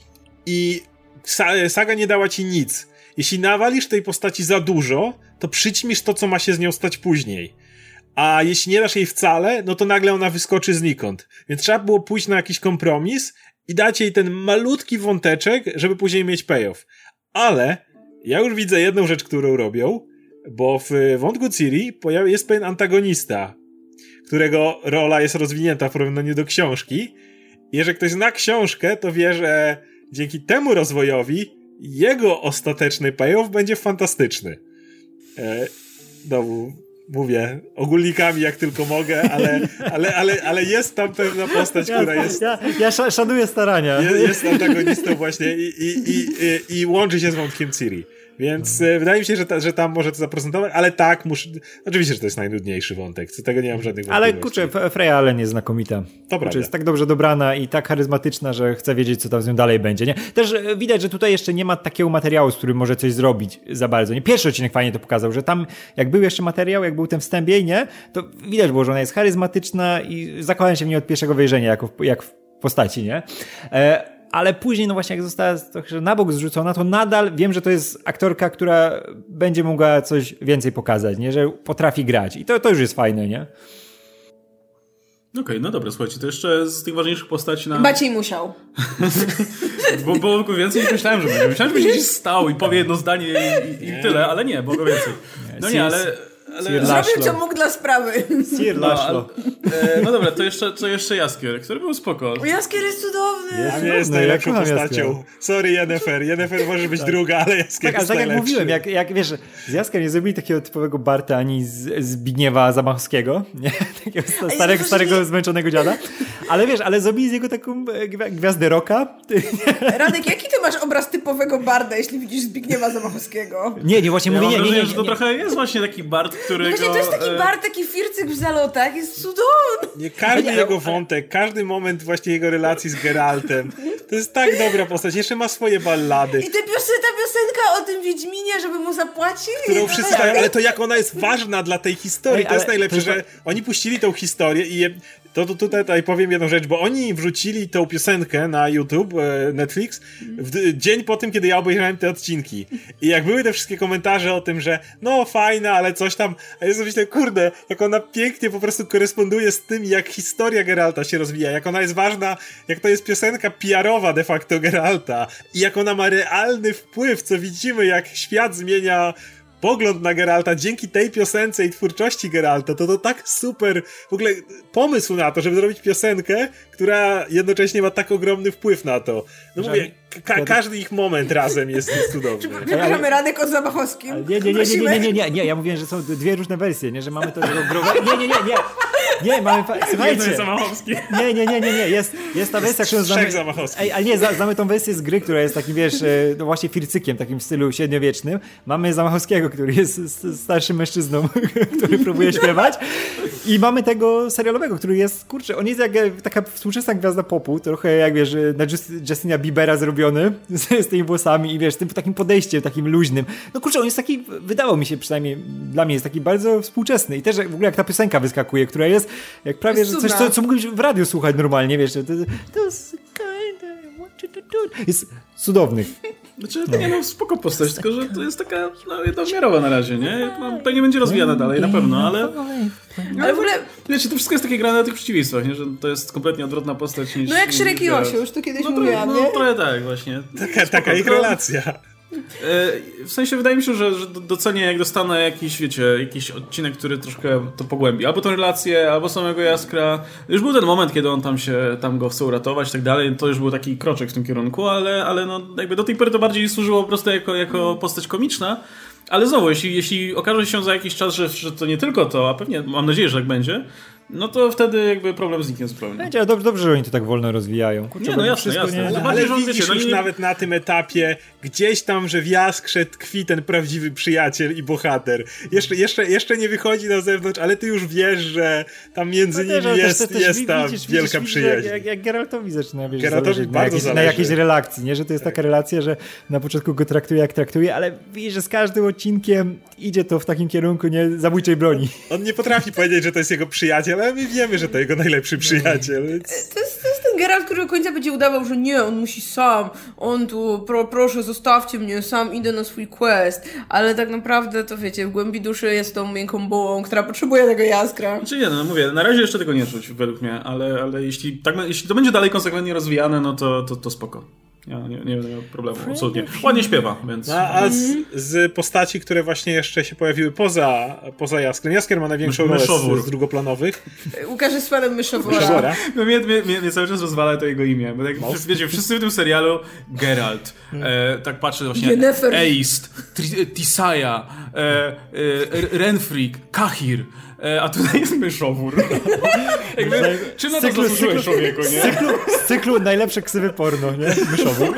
i saga nie dała ci nic. Jeśli nawalisz tej postaci za dużo, to przyćmisz to, co ma się z nią stać później. A jeśli nie dasz jej wcale, no to nagle ona wyskoczy znikąd. Więc trzeba było pójść na jakiś kompromis i dać jej ten malutki wąteczek, żeby później mieć payoff. Ale ja już widzę jedną rzecz, którą robią, bo w wątku Ciri jest pewien antagonista, którego rola jest rozwinięta w porównaniu do książki. I jeżeli ktoś zna książkę, to wie, że dzięki temu rozwojowi jego ostateczny payoff będzie fantastyczny. Mówię ogólnikami jak tylko mogę, ale jest tam pewna postać, która jest... Ja szanuję starania. Jest antagonistą właśnie i łączy się z wątkiem Ciri. Więc wydaje mi się, że tam może to zaprezentować, ale tak, oczywiście, że to jest najnudniejszy wątek, co tego nie mam żadnych wątpliwości. Ale kurczę, Freya Allen jest znakomita. To prawda. Jest tak dobrze dobrana i tak charyzmatyczna, że chcę wiedzieć, co tam z nią dalej będzie. Nie? Też widać, że tutaj jeszcze nie ma takiego materiału, z którym może coś zrobić za bardzo. Nie? Pierwszy odcinek fajnie to pokazał, że tam jak był jeszcze materiał, jak był ten wstęp jej, nie? To widać było, że ona jest charyzmatyczna i zakochałem się w niej od pierwszego wejrzenia, jak w postaci, nie? Ale później, no właśnie, jak została trochę na bok zrzucona, to nadal wiem, że to jest aktorka, która będzie mogła coś więcej pokazać, nie? Że potrafi grać. I to już jest fajne, nie? Okej, no dobra, słuchajcie, to jeszcze z tych ważniejszych postaci na... Maciej musiał. Bo więcej niż myślałem, że będzie. Myślałem, że będzie gdzieś stał i powie jedno zdanie i tyle, ale nie, było więcej. No nie, Zrobił co mógł dla sprawy. Sir Laszlo. No dobra, to jeszcze Jaskier, który był spoko. Jaskier jest cudowny. A nie jest najlepszą postacią. Sorry, Yennefer. Yennefer może być druga, ale Jaskier jest tak najlepszy. jak mówiłem, jak wiesz, z Jaskier nie zrobili takiego typowego Barta ani Zbigniewa Zamachowskiego, nie? Takiego starego, zmęczonego dziada. Ale wiesz, zrobili z niego taką gwiazdę rocka. Radek, jaki ty masz obraz typowego barda, jeśli widzisz Zbigniewa Zamachowskiego? Nie, właśnie mówię, nie. Że to trochę jest właśnie taki Bart, który. No właśnie, to jest taki Bart, taki fircyk w zalotach, jest cudowny. Nie, każdy jego wątek, każdy moment właśnie jego relacji z Geraltem, to jest tak dobra postać, jeszcze ma swoje ballady. I ta piosenka o tym Wiedźminie, żeby mu zapłacili. Którą wszyscy znają, ale to jak ona jest ważna dla tej historii, to jest najlepsze, że oni puścili tą historię i to tutaj powiem jedną rzecz, bo oni wrzucili tą piosenkę na YouTube, Netflix, w dzień po tym, kiedy ja obejrzałem te odcinki. I jak były te wszystkie komentarze o tym, że no fajna, ale coś tam, a ja sobie myślę, kurde, jak ona pięknie po prostu koresponduje z tym, jak historia Geralta się rozwija, jak ona jest ważna, jak to jest piosenka PR-owa de facto Geralta i jak ona ma realny wpływ, co widzimy, jak świat zmienia pogląd na Geralta dzięki tej piosence i twórczości Geralta, to tak super w ogóle pomysł na to, żeby zrobić piosenkę, która jednocześnie ma tak ogromny wpływ na to. No mówię, każdy ich moment razem jest cudowny. Przepraszamy, Radek o Zamachowskim. Nie, ja mówiłem, że są dwie różne wersje, nie, że mamy to growe... Nie, mamy... Słuchajcie. Zamachowski. Nie, jest ta wersja, którą znamy... Ale nie, znamy tą wersję z gry, która jest takim, wiesz, no właśnie fircykiem, takim w stylu średniowiecznym. Mamy Zamachowskiego, który jest starszym mężczyzną, który próbuje śpiewać. I mamy tego serialowego, który jest, kurczę, on jest jak taka współczesna gwiazda popu, trochę jak, wiesz, na Justina Biebera zrobiony, z tymi włosami i wiesz, tym takim podejściem, takim luźnym. No kurczę, on jest taki, wydawał mi się przynajmniej, dla mnie jest taki bardzo współczesny i też w ogóle jak ta piosenka wyskakuje, która jest jak prawie, że coś, co mógłbyś w radiu słuchać normalnie, wiesz, to jest cudowny. Znaczy, to nie no, spoko postać, tylko że to jest taka jednowymiarowa na razie, nie? Pewnie będzie rozwijana dalej, na pewno, ale w ogóle... Wiecie, to wszystko jest takie grane na tych przeciwieństwach, nie? Że to jest kompletnie odwrotna postać niż... No jak Shrek i Osiu, już to kiedyś mówiłam, nie? No trochę tak, właśnie. Taka ich relacja. W sensie wydaje mi się, że docenię, jak dostanę jakiś odcinek, który troszkę to pogłębi. Albo tą relację, albo samego Jaskra. Już był ten moment, kiedy on tam go chce uratować i tak dalej. To już był taki kroczek w tym kierunku, ale no jakby do tej pory to bardziej służyło po prostu jako postać komiczna. Ale znowu, jeśli okaże się za jakiś czas, że to nie tylko to, a pewnie mam nadzieję, że tak będzie, no to wtedy jakby problem zniknie zupełnie. Będzie, ale dobrze, że oni to tak wolno rozwijają. Kurczę, nie, no jasne. Ale widzisz już nawet na tym etapie, gdzieś tam, że w Jaskrze tkwi ten prawdziwy przyjaciel i bohater. Jeszcze nie wychodzi na zewnątrz, ale ty już wiesz, że tam między nimi jest ta wielka przyjaźń. Jak Geraltowi zaczyna, wiesz, Geraltowi bardzo zależy na jakiejś relacji, nie? Że to jest taka relacja, że na początku go traktuje jak traktuje, ale widzisz, że z każdym odcinkiem idzie to w takim kierunku, nie, zabójczej broni. On nie potrafi powiedzieć, że to jest jego przyjaciel, ale my wiemy, że to jego najlepszy przyjaciel. To jest ten Geralt, który do końca będzie udawał, że nie, on musi sam, on tu, proszę zostawcie mnie, sam idę na swój quest, ale tak naprawdę to wiecie, w głębi duszy jest tą miękką bułą, która potrzebuje tego Jaskra. Znaczy nie, no mówię, na razie jeszcze tego nie czuć według mnie, ale jeśli to będzie dalej konsekwentnie rozwijane, no to spoko. Ja nie będę miał problemu, absolutnie. Ładnie śpiewa, więc... A z postaci, które właśnie jeszcze się pojawiły poza Jaskrem. Jaskier ma największą rolę z drugoplanowych. Łukasz jest fanem Myszowora. No mnie cały czas rozwala to jego imię. Bo tak, wiecie, wszyscy w tym serialu Geralt, tak patrzę właśnie, Eist, Tisaya, Renfric, Kahir, a tutaj jest Myszowór. Czym na to zasłużyłeś, człowieku, nie? Z cyklu najlepsze ksywy porno, nie? Myszowór.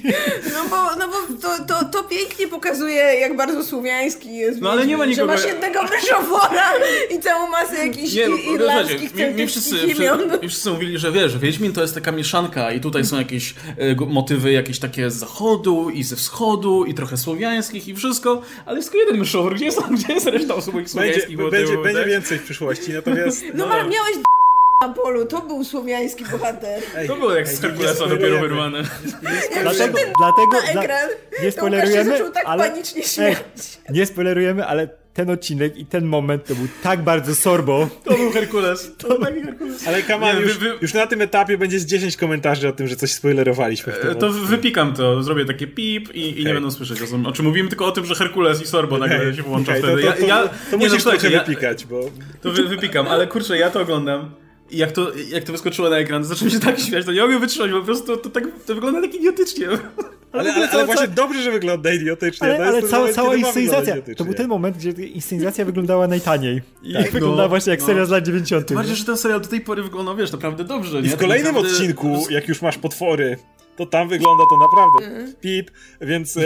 No bo to pięknie pokazuje, jak bardzo słowiański jest. No ale nie ma nikogo... Że masz jednego Myszowora i całą masę jakichś irlandzkich celtyckich imion. Mi wszyscy mówili, że wiesz, Wiedźmin to jest taka mieszanka i tutaj są jakieś motywy jakieś takie z zachodu i ze wschodu i trochę słowiańskich i wszystko, ale jest tylko jeden Myszowór. Gdzie jest reszta osób słowiańskich motywów? Będzie więcej w przyszłości, natomiast... No miałeś na polu, to był słowiański bohater. To było jak z kalkulatora dopiero wyrwane. Dlatego na ekran, nie spoilerujemy, zaczął tak panicznie śmiać. Nie spoilerujemy, ale ten odcinek i ten moment to był tak bardzo Sorbo. To był Herkules. To był taki Herkules. Ale Kamal, już na tym etapie będzie z 10 komentarzy o tym, że coś spoilerowaliśmy. To wypikam to, zrobię takie pip i nie będą słyszeć o czym mówimy, tylko o tym, że Herkules i Sorbo nagle się połączą wtedy. To musisz trochę wypikać, bo... To wypikam, ale kurczę, ja to oglądam. I jak to wyskoczyło na ekran, to zacząłem się tak śmiać, to nie mogę wytrzymać, po prostu to wygląda tak idiotycznie. Ale właśnie dobrze, że wygląda idiotycznie. Ale cała inscenizacja, to był ten moment, gdzie inscenizacja wyglądała najtaniej. I wyglądała właśnie jak serial z lat 90. Bardziej, że ten serial do tej pory wyglądał, wiesz, naprawdę dobrze. I w kolejnym odcinku, jak już masz potwory, to tam wygląda to naprawdę pip, więc...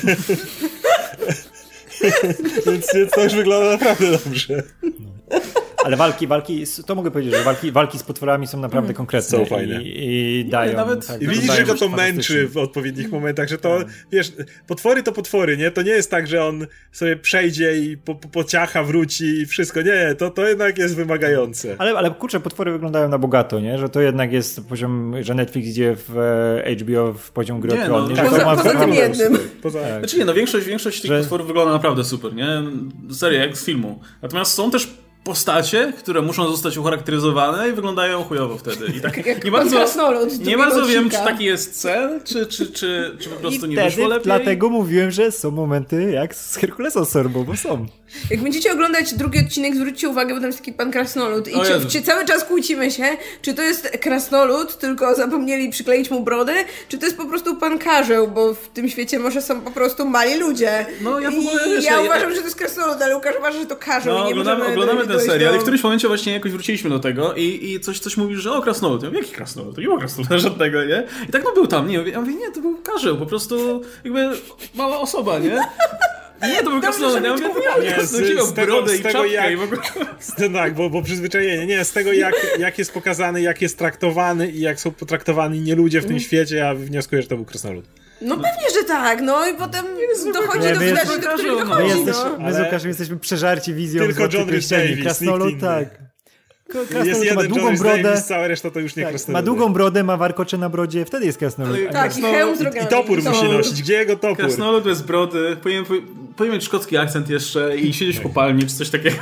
więc to już wygląda naprawdę dobrze. Ale walki, to mogę powiedzieć, że walki z potworami są naprawdę konkretne. Są fajne. I dają... Nawet, tak, i widzisz, że go to męczy w odpowiednich momentach, że to, wiesz, potwory to potwory, nie? To nie jest tak, że on sobie przejdzie i pociacha, wróci i wszystko. Nie, to jednak jest wymagające. Ale kurczę, potwory wyglądają na bogato, nie? Że to jednak jest poziom, że Netflix idzie w HBO w poziom Gry o Tron. Poza tym jednym. Znaczy nie, no większość tych potworów wygląda naprawdę super, nie? Serio, jak z filmu. Natomiast są też postacie, które muszą zostać ucharakteryzowane i wyglądają chujowo wtedy. I tak jak nie bardzo wiem, czy taki jest cel, czy po prostu nie wyszło lepiej. Dlatego mówiłem, że są momenty jak z Herkulesa Sorbo, bo są. Jak będziecie oglądać drugi odcinek, zwróćcie uwagę, bo tam jest taki pan krasnolud i czy cały czas kłócimy się, czy to jest krasnolud, tylko zapomnieli przykleić mu brodę, czy to jest po prostu pan karzeł, bo w tym świecie może są po prostu mali ludzie. No ja w ogóle ja uważam, że to jest krasnolud, ale Łukasz uważa, że to karzeł. No, i nie oglądamy ten serial i w którymś momencie właśnie jakoś wróciliśmy do tego i coś mówisz, że krasnolud. Ja mówię, jaki krasnolud? To nie ma krasnoluda żadnego, nie? I tak był tam, nie? Ja mówię, nie, to był karzeł, po prostu jakby mała osoba, nie? Nie, to był krasnolud. Ja mówię, miał brodę i czapkę i w ogóle... Tak, bo przyzwyczajenie. Nie, z tego jak jest pokazany, jak jest traktowany i jak są potraktowani nie ludzie w tym świecie, ja wnioskuję, że to był krasnolud. No pewnie, że tak, no i potem dochodzi do wydarzeń, do których dochodzi. My z Łukaszem jesteśmy przeżarci wizją. Tylko John Rhys Davies, krasnolud, tak. Jest jeden ma długą brodę, cała reszta to już nie krasnolud. Ma długą brodę, ma warkocze na brodzie, wtedy jest krasnolud. Tak, i hełm z rogami. I topór musi nosić. Gdzie jego topór? Krasnolud bez brody, powinien mieć szkocki akcent jeszcze i siedzieć w kopalni, czy coś takiego.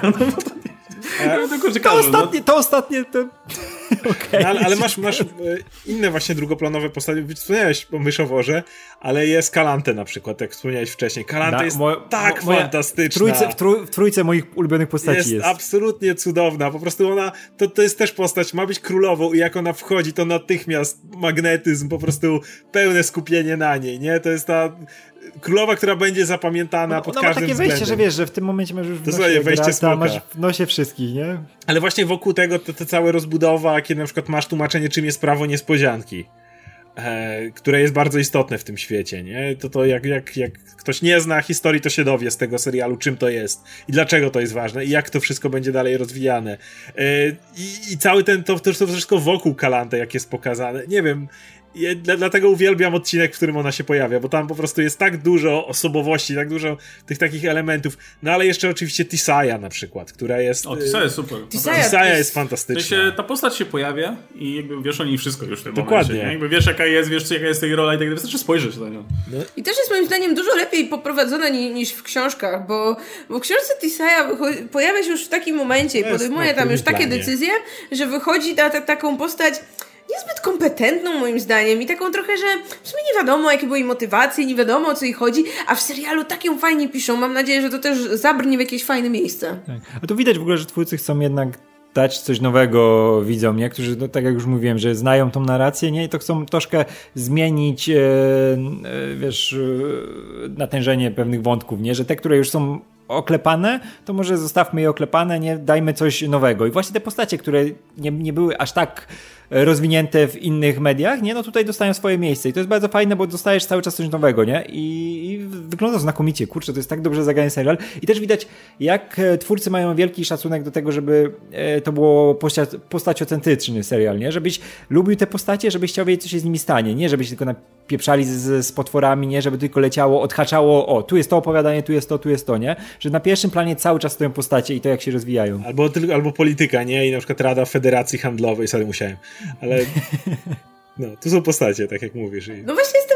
To ostatnie okay. Ale masz inne właśnie drugoplanowe postacie. Wspomniałeś o Myszoworze, ale jest Kalante na przykład, jak wspomniałeś wcześniej. Kalante jest tak fantastyczna. W trójce moich ulubionych postaci jest. Absolutnie cudowna. Po prostu ona, to jest też postać, ma być królową i jak ona wchodzi, to natychmiast magnetyzm, po prostu pełne skupienie na niej, nie? To jest ta królowa, która będzie zapamiętana pod każdym względem. Takie wejście, że wiesz, że w tym momencie masz już w nosie grata, masz w nosie wszystkich, nie? Ale właśnie wokół tego to całe rozbudowa, kiedy na przykład masz tłumaczenie, czym jest prawo niespodzianki, które jest bardzo istotne w tym świecie, nie? To jak ktoś nie zna historii, to się dowie z tego serialu, czym to jest i dlaczego to jest ważne i jak to wszystko będzie dalej rozwijane. I cały to wszystko wokół Kalante, jak jest pokazane. Nie wiem, dlatego uwielbiam odcinek, w którym ona się pojawia, bo tam po prostu jest tak dużo osobowości, tak dużo tych takich elementów. No ale jeszcze oczywiście Tisaya na przykład, która jest... Tisaya jest super. Tisaya jest fantastyczna. Ta postać się pojawia i jakby wiesz o niej wszystko już w tym Dokładnie. momencie. Jakby wiesz jaka jest, wiesz jaka jest jej rola i tak dalej. Wystarczy spojrzeć na nią. No. I też jest moim zdaniem dużo lepiej poprowadzona niż w książkach, bo w książce Tisaya pojawia się już w takim momencie i podejmuje tam już takie decyzje, że wychodzi na taką postać niezbyt kompetentną moim zdaniem i taką trochę, że w sumie nie wiadomo jakie były jej motywacje, nie wiadomo o co jej chodzi, a w serialu tak ją fajnie piszą. Mam nadzieję, że to też zabrnie w jakieś fajne miejsce. Tak. A tu widać w ogóle, że twórcy chcą jednak dać coś nowego widzom, nie? Którzy, no, tak jak już mówiłem, że znają tą narrację, nie? I to chcą troszkę zmienić wiesz, natężenie pewnych wątków, nie? Że te, które już są oklepane, to może zostawmy je oklepane, nie? Dajmy coś nowego. I właśnie te postacie, które nie były aż tak rozwinięte w innych mediach, nie? No tutaj dostają swoje miejsce i to jest bardzo fajne, bo dostajesz cały czas coś nowego, nie? I wygląda znakomicie, kurczę, to jest tak dobrze zagrany serial i też widać, jak twórcy mają wielki szacunek do tego, żeby to było postać autentyczny serial, nie? Żebyś lubił te postacie, żebyś chciał wiedzieć, co się z nimi stanie, nie? Żebyś tylko napieprzali z potworami, nie? Żeby tylko leciało, odhaczało, tu jest to opowiadanie, tu jest to, nie? Że na pierwszym planie cały czas stoją postacie i to, jak się rozwijają. Albo polityka, nie? I na przykład Rada Federacji Handlowej, sorry, musiałem. Ale no, tu są postacie, tak jak mówisz. No właśnie jestem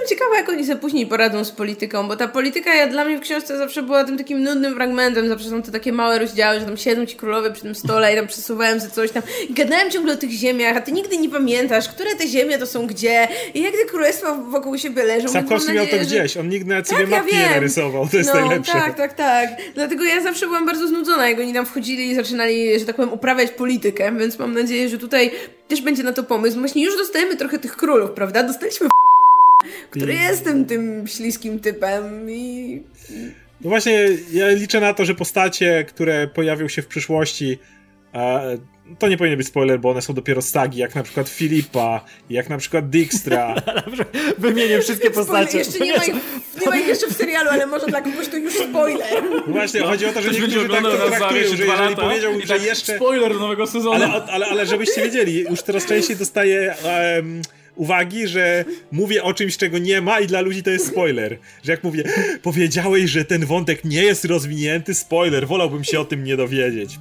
ciekawa, jak oni sobie później poradzą z polityką, bo ta polityka dla mnie w książce zawsze była tym takim nudnym fragmentem, zawsze są te takie małe rozdziały, że tam siedzą ci królowie przy tym stole i tam przesuwałem sobie coś tam i gadałem ciągle o tych ziemiach, a ty nigdy nie pamiętasz, które te ziemie to są gdzie i jak te królestwa wokół siebie leżą. Sapkowski miał to gdzieś, on nigdy nawet sobie mapki nie narysował, to jest najlepsze. Tak. Dlatego ja zawsze byłam bardzo znudzona, jak oni tam wchodzili i zaczynali, że tak powiem, uprawiać politykę, więc mam nadzieję, że tutaj też będzie na to pomysł. Właśnie już dostajemy trochę tych królów, prawda? Dostaliśmy który jestem tym śliskim typem i... No właśnie, ja liczę na to, że postacie, które pojawią się w przyszłości, to nie powinien być spoiler, bo one są dopiero z sagi, jak na przykład Filipa, jak na przykład Dijkstra. Wymienię wszystkie postacie. Jeszcze nie ma ich jeszcze w serialu, ale może dla kogoś to już spoiler. Właśnie, chodzi o to, że niektórzy tak to traktują, że jeżeli powiedział, że jeszcze... Spoiler do nowego sezonu. Ale żebyście wiedzieli, już coraz częściej dostaję... uwagi, że mówię o czymś, czego nie ma i dla ludzi to jest spoiler. Że jak mówię, powiedziałeś, że ten wątek nie jest rozwinięty, spoiler, wolałbym się o tym nie dowiedzieć.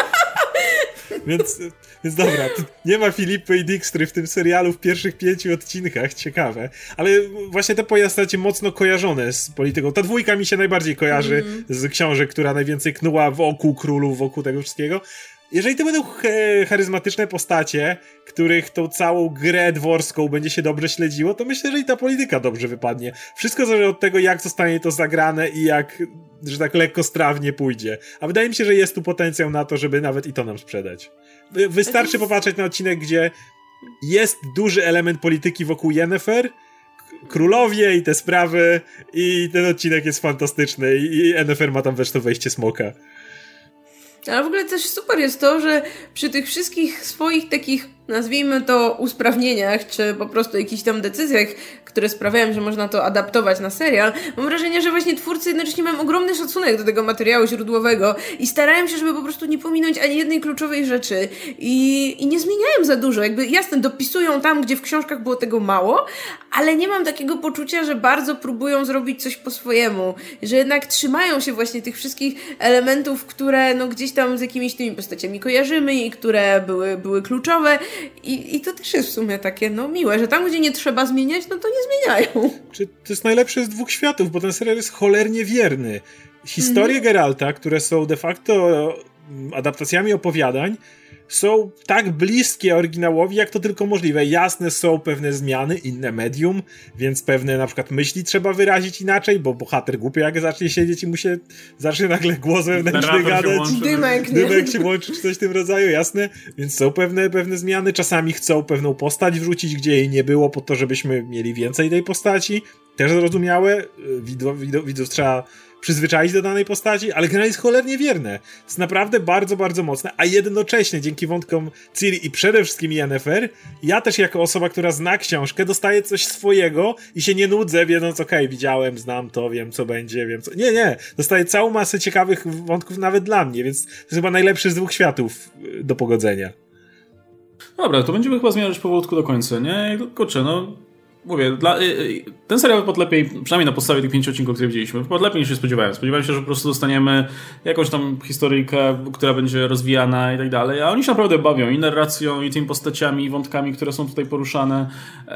Więc dobra, nie ma Filipy i Dijkstry w tym serialu w pierwszych 5 odcinkach, ciekawe. Ale właśnie te postacie mocno kojarzone z polityką. Ta dwójka mi się najbardziej kojarzy z książek, która najwięcej knuła wokół królów, wokół tego wszystkiego. Jeżeli to będą charyzmatyczne postacie, których tą całą grę dworską będzie się dobrze śledziło, to myślę, że i ta polityka dobrze wypadnie. Wszystko zależy od tego, jak zostanie to zagrane i jak, że tak lekko strawnie pójdzie. A wydaje mi się, że jest tu potencjał na to, żeby nawet i to nam sprzedać. Wystarczy popatrzeć na odcinek, gdzie jest duży element polityki wokół Yennefer, królowie i te sprawy, i ten odcinek jest fantastyczny i Yennefer ma tam też to wejście smoka. Ale w ogóle też super jest to, że przy tych wszystkich swoich takich, nazwijmy to, usprawnieniach, czy po prostu jakichś tam decyzjach, które sprawiają, że można to adaptować na serial, mam wrażenie, że właśnie twórcy jednocześnie mają ogromny szacunek do tego materiału źródłowego i starają się, żeby po prostu nie pominąć ani jednej kluczowej rzeczy i nie zmieniają za dużo. Jakby jasne, dopisują tam, gdzie w książkach było tego mało, ale nie mam takiego poczucia, że bardzo próbują zrobić coś po swojemu, że jednak trzymają się właśnie tych wszystkich elementów, które no gdzieś tam z jakimiś tymi postaciami kojarzymy i które były kluczowe i to też jest w sumie takie no miłe, że tam, gdzie nie trzeba zmieniać, no to nie zmieniają. To jest najlepsze z dwóch światów, bo ten serial jest cholernie wierny. Historie Geralta, które są de facto adaptacjami opowiadań, są tak bliskie oryginałowi, jak to tylko możliwe. Jasne, są pewne zmiany, inne medium, więc pewne na przykład myśli trzeba wyrazić inaczej, bo bohater głupio jak zacznie siedzieć i mu się zacznie nagle głos wewnętrzny gadać. Dymek się łączy, czy coś w tym rodzaju, jasne? Więc są pewne zmiany. Czasami chcą pewną postać wrzucić, gdzie jej nie było, po to, żebyśmy mieli więcej tej postaci. Też zrozumiałe. Widzów trzeba przyzwyczaić do danej postaci, ale gra jest cholernie wierne. Jest naprawdę bardzo, bardzo mocne, a jednocześnie dzięki wątkom Ciri i przede wszystkim Yennefer, ja też jako osoba, która zna książkę, dostaję coś swojego i się nie nudzę, wiedząc, okej, widziałem, znam to, wiem co będzie, wiem co... Nie. Dostaję całą masę ciekawych wątków nawet dla mnie, więc to jest chyba najlepszy z dwóch światów do pogodzenia. Dobra, to będziemy chyba zmierzać powolutku do końca, nie? Kurczę, no... Mówię, ten serial wypadł lepiej, przynajmniej na podstawie tych 5 odcinków, które widzieliśmy, wypadł lepiej niż się spodziewałem. Spodziewałem się, że po prostu dostaniemy jakąś tam historyjkę, która będzie rozwijana i tak dalej, a oni się naprawdę bawią i narracją, i tymi postaciami, i wątkami, które są tutaj poruszane.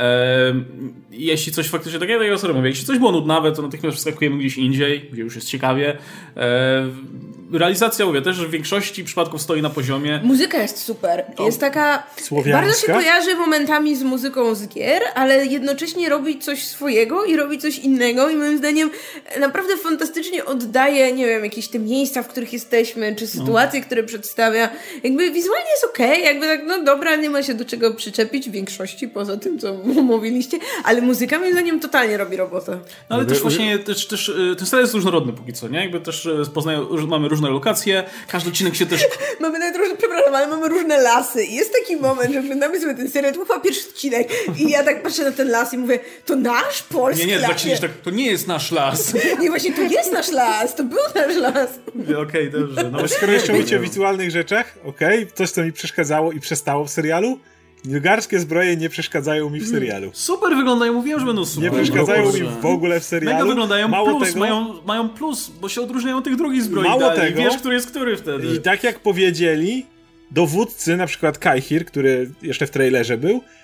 Jeśli coś faktycznie, tak jak ja sobie mówię, jeśli coś było nudnawe, to natychmiast przeskakujemy gdzieś indziej, gdzie już jest ciekawie. Realizacja, mówię, też w większości przypadków stoi na poziomie. Muzyka jest super. Jest taka... Słowiańska? Bardzo się kojarzy momentami z muzyką z gier, ale jednocześnie robi coś swojego i robi coś innego i moim zdaniem naprawdę fantastycznie oddaje, nie wiem, jakieś te miejsca, w których jesteśmy, czy sytuacje, które przedstawia. Jakby wizualnie jest okej, jakby tak, no dobra, nie ma się do czego przyczepić w większości, poza tym, co mówiliście, ale muzyka moim zdaniem totalnie robi robotę. No ale też właśnie, też ten serial jest różnorodny póki co, nie? Jakby też mamy różne lokacje, każdy odcinek się też... Mamy nawet różne, przepraszam, ale mamy różne lasy i jest taki moment, że oglądamy sobie ten serial, to chyba pierwszy odcinek i ja tak patrzę na ten las i mówię, to nasz polski las? Nie, tak, to nie jest nasz las. Nie, właśnie to jest nasz las, to był nasz las. Okej, dobrze. No skoro jeszcze mówicie o wizualnych rzeczach, coś co mi przeszkadzało i przestało w serialu, nilgarskie zbroje nie przeszkadzają mi w serialu. Super wyglądają, mówiłem, że będą super. Nie przeszkadzają mi w ogóle w serialu. Mega wyglądają, mało plus, tego, mają plus, bo się odróżniają od tych drugich zbroi. Mało tego. Wiesz, który jest który wtedy. I tak jak powiedzieli, dowódcy, na przykład Kaihir, który jeszcze w trailerze był,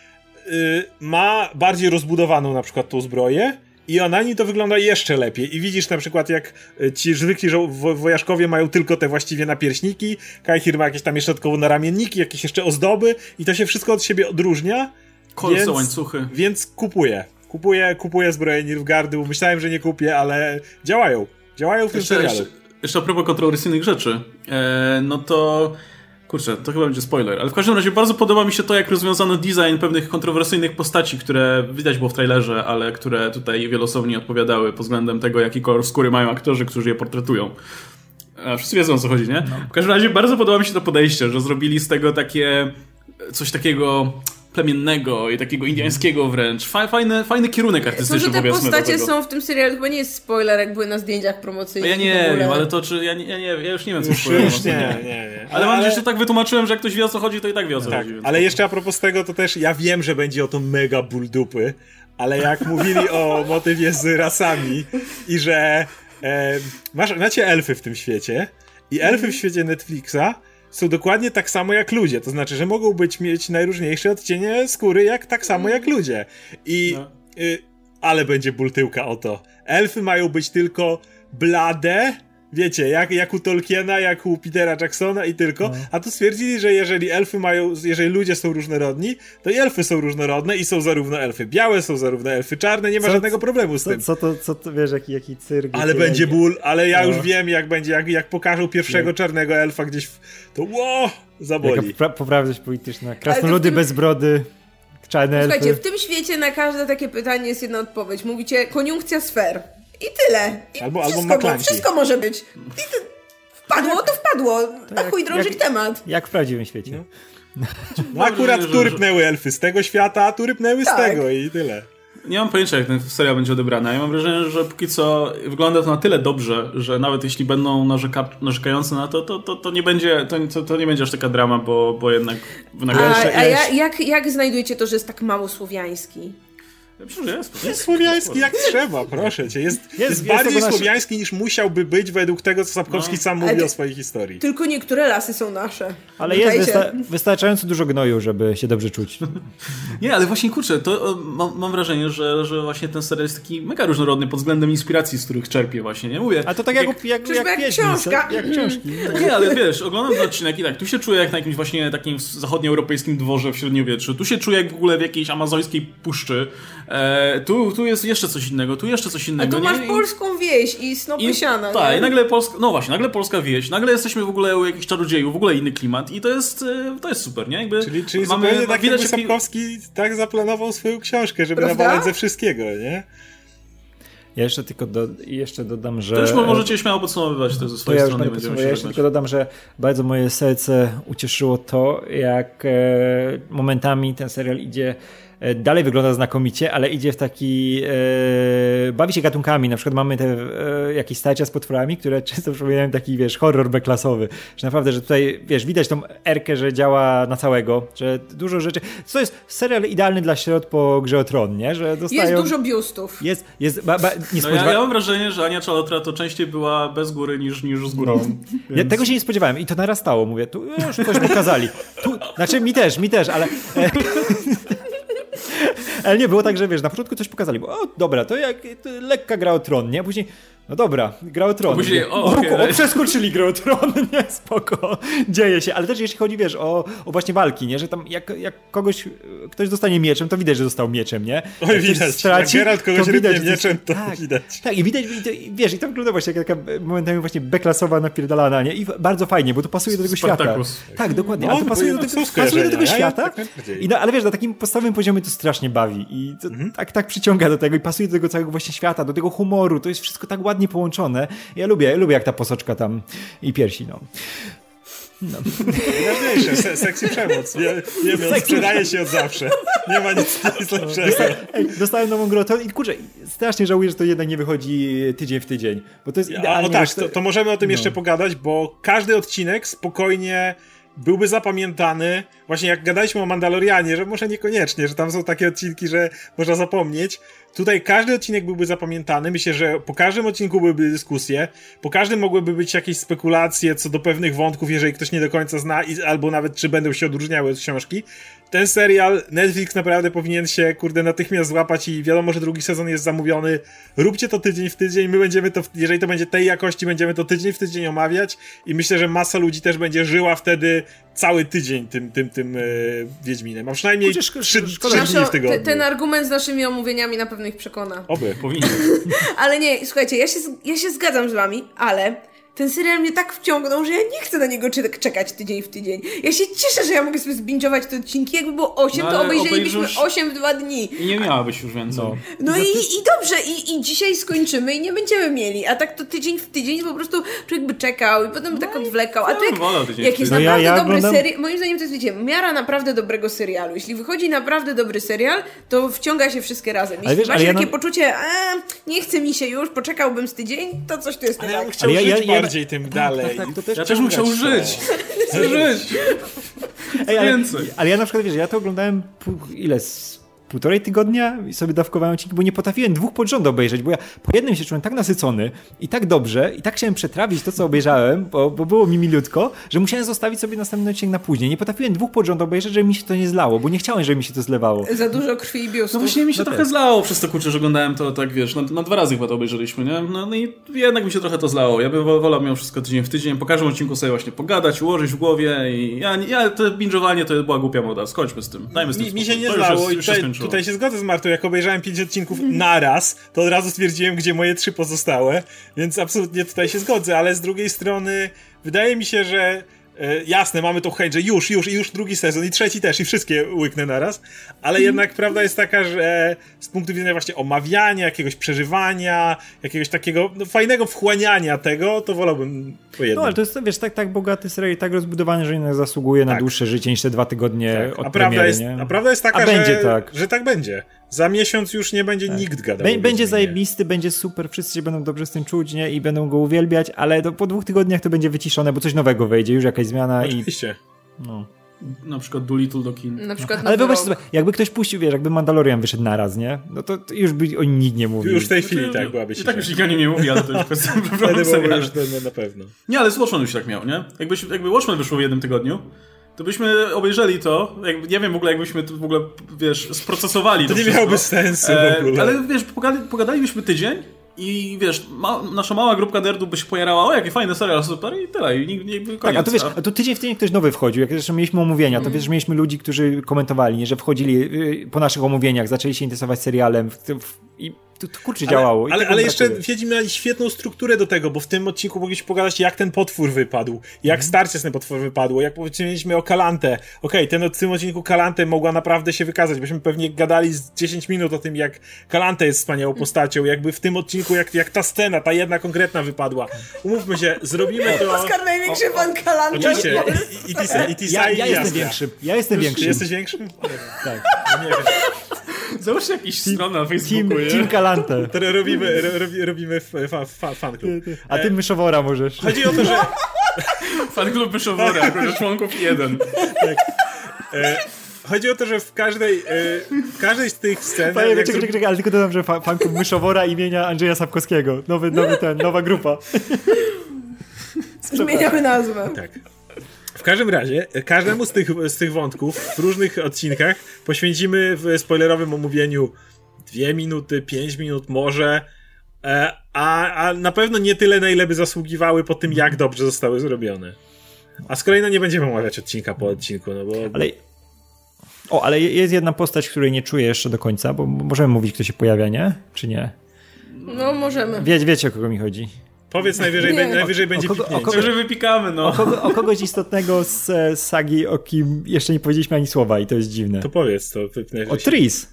ma bardziej rozbudowaną na przykład tą zbroję i na nim to wygląda jeszcze lepiej. I widzisz na przykład, jak ci zwykli wojaszkowie mają tylko te właściwie napierśniki, Kaihir ma jakieś tam jeszcze dodatkowo naramienniki, jakieś jeszcze ozdoby i to się wszystko od siebie odróżnia. Kolce, łańcuchy. Więc kupuję zbroję Nilfgaardu. Myślałem, że nie kupię, ale działają. Działają w tym serialu. Jeszcze a propos kontrowersyjnych rzeczy, no to... Kurczę, to chyba będzie spoiler, ale w każdym razie bardzo podoba mi się to, jak rozwiązano design pewnych kontrowersyjnych postaci, które widać było w trailerze, ale które tutaj wieloosobnie odpowiadały pod względem tego, jaki kolor skóry mają aktorzy, którzy je portretują. Wszyscy wiedzą, o co chodzi, nie? W każdym razie bardzo podoba mi się to podejście, że zrobili z tego coś takiego plemiennego i takiego indiańskiego wręcz. Fajny kierunek artystyczny, to, że te powiedzmy. postacie są w tym serialu, chyba nie jest spoiler, jak były na zdjęciach promocyjnych. Ja nie wiem, ale to czy... Ja już nie wiem, co spoiler. Nie. Ale mam nadzieję, że tak wytłumaczyłem, że jak ktoś wie, o co chodzi, to i tak wie, o co chodzi. Więc... Ale jeszcze a propos tego, to też ja wiem, że będzie o to mega ból dupy, ale jak mówili o motywie z rasami i że macie elfy w tym świecie i elfy w świecie Netflixa są dokładnie tak samo jak ludzie. To znaczy, że mogą mieć najróżniejsze odcienie skóry tak samo jak ludzie. Ale będzie ból tyłka o to. Elfy mają być tylko blade, wiecie, jak u Tolkiena, jak u Petera Jacksona i tylko. A tu stwierdzili, że jeżeli ludzie są różnorodni, to i elfy są różnorodne i są zarówno elfy białe, są zarówno elfy czarne, nie ma żadnego problemu z tym. Co to wiesz, jaki cyrk. Ale będzie ból, ale ja już wiem, jak będzie, jak pokażą pierwszego czarnego elfa gdzieś, to zaboli. Poprawność polityczna. Krasnoludy bez brody, czarne elfy. Słuchajcie, w tym świecie na każde takie pytanie jest jedna odpowiedź. Mówicie koniunkcja sfer. I tyle. I albo maklanki. Wszystko może być. Wpadło, to wpadło. Na chuj drążyk temat. Jak w prawdziwym świecie. No akurat tu rypnęły elfy z tego świata, a tu rypnęły z tego i tyle. Nie mam pojęcia, jak ten serial będzie odebrany. Ja mam wrażenie, że póki co wygląda to na tyle dobrze, że nawet jeśli będą narzekający na to nie będzie, to nie będzie aż taka drama, bo jednak... Jak znajdujecie to, że jest tak mało słowiański? Ja myślę, że jest słowiański jak trzeba, proszę cię. Jest bardziej słowiański niż musiałby być według tego, co Sapkowski sam mówi o swojej historii. Tylko niektóre lasy są nasze. Ale jest wystarczająco dużo gnoju, żeby się dobrze czuć. Nie, ale właśnie kurczę, to mam wrażenie, że właśnie ten serial jest taki mega różnorodny pod względem inspiracji, z których czerpie właśnie, nie? Mówię. A to tak jak książka. Jak książki. Nie, ale wiesz, oglądam ten odcinek i tak, tu się czuję jak na jakimś właśnie takim zachodnioeuropejskim dworze w średniowieczu. Tu się czuję jak w ogóle w jakiejś amazońskiej puszczy. Tu jest jeszcze coś innego, tu jeszcze coś innego. A tu masz polską wieś i snopy siana. Tak, i nagle polska wieś, nagle jesteśmy w ogóle u jakichś czarodziejów, w ogóle inny klimat i to jest super, nie? Czyli zupełnie tak jakby Sapkowski tak zaplanował swoją książkę, żeby nawalać ze wszystkiego, nie? Ja jeszcze dodam, że... To już możecie śmiało podsumowywać to ze swojej strony. Ja jeszcze tylko dodam, że bardzo moje serce ucieszyło to, jak momentami ten serial idzie dalej wygląda znakomicie, ale idzie w taki... bawi się gatunkami. Na przykład mamy te jakieś starcia z potworami, które często przypominają taki, wiesz, horror B-klasowy. Że naprawdę, że tutaj, wiesz, widać tą erkę, że działa na całego, że dużo rzeczy... To jest serial idealny dla sierot po Grze o Tron, nie? Że dostają... Jest dużo biustów. Ja mam wrażenie, że Ania Chalotra to częściej była bez góry niż z górą. No. Więc... Ja tego się nie spodziewałem i to narastało. Mówię, tu już coś pokazali. Znaczy mi też, ale... Ale nie, było tak, że wiesz, na początku coś pokazali, bo dobra, to lekka Gra o Tron, nie? A później, no dobra, Gra o Tron. Później, przeskoczyli Grę o Tron, nie? Spoko, dzieje się. Ale też jeśli chodzi, wiesz, o właśnie walki, nie? Że tam jak ktoś dostanie mieczem, to widać, że dostał mieczem, nie? Oj, widać, straci, jak Geralt kogoś rybnie mieczem, to widać. Tak, i widać, wiesz, i to wygląda właśnie jak taka momentami właśnie B-klasowa napierdalana, nie? I bardzo fajnie, bo to pasuje do tego Spartacus. świata. Tak, dokładnie, ale to pasuje do tego świata. Ale wiesz, na takim podstawowym poziomie to strasznie bawi i to tak przyciąga do tego i pasuje do tego całego właśnie świata, do tego humoru, to jest wszystko tak ładnie połączone. Ja lubię jak ta posoczka tam i piersi, no. Najważniejsze, seks i przemoc. Wiemy, sprzedaje się od zawsze. Nie ma nic lepszego. Dostałem nową grę i kurczę, strasznie żałuję, że to jednak nie wychodzi tydzień w tydzień, bo to jest idealnie... tak, to możemy o tym jeszcze pogadać, bo każdy odcinek spokojnie byłby zapamiętany, właśnie jak gadaliśmy o Mandalorianie, że może niekoniecznie, że tam są takie odcinki, że można zapomnieć. Tutaj każdy odcinek byłby zapamiętany. Myślę, że po każdym odcinku byłyby dyskusje, po każdym mogłyby być jakieś spekulacje co do pewnych wątków, jeżeli ktoś nie do końca zna, albo nawet czy będą się odróżniały od książki. ten serial Netflix naprawdę powinien się, natychmiast złapać i wiadomo, że drugi sezon jest zamówiony. Róbcie to tydzień w tydzień, my będziemy to, jeżeli to będzie tej jakości, będziemy to tydzień w tydzień omawiać i myślę, że masa ludzi też będzie żyła wtedy cały tydzień tym Wiedźminem. A przynajmniej 3 dni w tygodniu. Ten argument z naszymi omówieniami na pewno ich przekona. Oby. Powinien. Ale nie, słuchajcie, ja się zgadzam z wami, ale ten serial mnie tak wciągnął, że ja nie chcę na niego czekać tydzień w tydzień. Ja się cieszę, że ja mogę sobie zbingować te odcinki. Jakby było 8, to obejrzelibyśmy 8 w 2 dni. I nie miałabyś już więcej. No i dobrze, i dzisiaj skończymy i nie będziemy mieli. A tak to tydzień w tydzień po prostu człowiek by czekał i potem by tak odwlekał. A to jak jest naprawdę dobry serial, moim zdaniem to jest, wiecie, miara naprawdę dobrego serialu. Jeśli wychodzi naprawdę dobry serial, to wciąga się wszystkie razem. Jeśli masz takie poczucie, nie chce mi się już, poczekałbym z tydzień, to coś tu jest nie tak. Chciał żyć bardziej tym dalej. Ja też musiał żyć. Ale ja na przykład, wiesz, ja to oglądałem półtorej tygodnia i sobie dawkowałem odcinki, bo nie potrafiłem 2 pod rząd obejrzeć, bo ja po jednym się czułem tak nasycony i tak dobrze i tak chciałem przetrawić to, co obejrzałem, bo było mi milutko, że musiałem zostawić sobie następny odcinek na później. Nie potrafiłem 2 pod rząd obejrzeć, żeby mi się to nie zlało, bo nie chciałem, żeby mi się to zlewało. Za dużo krwi i biustu. No właśnie mi się trochę zlało przez to, kurczę, że oglądałem to tak, wiesz, na 2 razy chyba to obejrzeliśmy, nie? No i jednak mi się trochę to zlało. Ja bym wolał mimo wszystko tydzień w tydzień, po każdym odcinku sobie właśnie pogadać, ułożyć w głowie i ja to binge'owanie to była głupia moda. Skończmy z tym. Dajmy z tym mi się nie zlało i tutaj się zgodzę z Martą, jak obejrzałem 5 odcinków naraz, to od razu stwierdziłem, gdzie moje 3 pozostałe, więc absolutnie tutaj się zgodzę, ale z drugiej strony wydaje mi się, że jasne, mamy tą chęć, że już drugi sezon i trzeci też i wszystkie łyknę naraz, ale jednak prawda jest taka, że z punktu widzenia właśnie omawiania, jakiegoś przeżywania, jakiegoś takiego fajnego wchłaniania tego, to wolałbym po jednym. No ale to jest, wiesz, tak bogaty serial i tak rozbudowany, że jednak zasługuje na dłuższe życie niż te 2 tygodnie od premiery, nie? A prawda jest taka, że tak będzie. Za miesiąc już nie będzie nikt gadał. Będzie zajebisty, będzie super, wszyscy się będą dobrze z tym czuć, nie? I będą go uwielbiać, ale po 2 tygodniach to będzie wyciszone, bo coś nowego wejdzie, już jakaś zmiana. Oczywiście. Na przykład Doolittle do kin. Na przykład ale wyobraź sobie, jakby ktoś puścił, wiesz, jakby Mandalorian wyszedł naraz, nie? No to już by o nikt nie mówił. Już w tej chwili tak byłaby się. Tak już nikt o nim nie mówi, ale to już kwestia na pewno. Nie, ale z Watchmen już tak miał, nie? Jakby Watchmen wyszło w jednym tygodniu, to byśmy obejrzeli to, nie wiem w ogóle, jakbyśmy to w ogóle, wiesz, sprocesowali to nie miałoby sensu w ogóle. Ale wiesz, pogadalibyśmy tydzień i wiesz, nasza mała grupka nerdów by się pojarała, o jakie fajne serial, super i tyle, i koniec. Tak, a tu wiesz, a tu tydzień w tydzień ktoś nowy wchodził, jak zresztą mieliśmy omówienia, to wiesz, że mieliśmy ludzi, którzy komentowali, nie, że wchodzili po naszych omówieniach, zaczęli się interesować serialem i to kurczę działało. Ale jeszcze Wiedźmin mieli świetną strukturę do tego, bo w tym odcinku mogliśmy pogadać, jak ten potwór wypadł, jak starcie z tym potwór wypadło, jak powiedzieliśmy o Kalantę. W tym odcinku Kalantę mogła naprawdę się wykazać, byśmy pewnie gadali z 10 minut o tym, jak Kalanta jest wspaniałą postacią, jakby w tym odcinku, jak ta scena, ta jedna konkretna wypadła. Umówmy się, zrobimy to... Oskar największy fan Kalanta. Oczywiście. Ja jestem większym. Ty jesteś większym? Tak. Nie wiem. Załóż jakieś strony na Facebooku, Team Kalantę. Teraz robimy fanklub. A ty Myszowora możesz. Chodzi o to, że... Fanklub Myszowora, akurat członków 1. Tak. Chodzi o to, że w każdej z tych scen... Czekaj, ale tylko dodam, że fanklub Myszowora imienia Andrzeja Sapkowskiego. Nowa grupa. Zmieniamy nazwę. Tak. W każdym razie, każdemu z tych wątków w różnych odcinkach poświęcimy w spoilerowym omówieniu 2 minuty, 5 minut może, a na pewno nie tyle, na ile by zasługiwały po tym, jak dobrze zostały zrobione. A z kolei nie będziemy omawiać odcinka po odcinku, no bo... Ale jest jedna postać, której nie czuję jeszcze do końca, bo możemy mówić, kto się pojawia, nie? Czy nie? No, możemy. Wiecie, o kogo mi chodzi. Powiedz, najwyżej będzie pipnięcie. Że wypikamy, no. O kogoś istotnego z sagi, o kim jeszcze nie powiedzieliśmy ani słowa i to jest dziwne. To powiedz to. O Tris.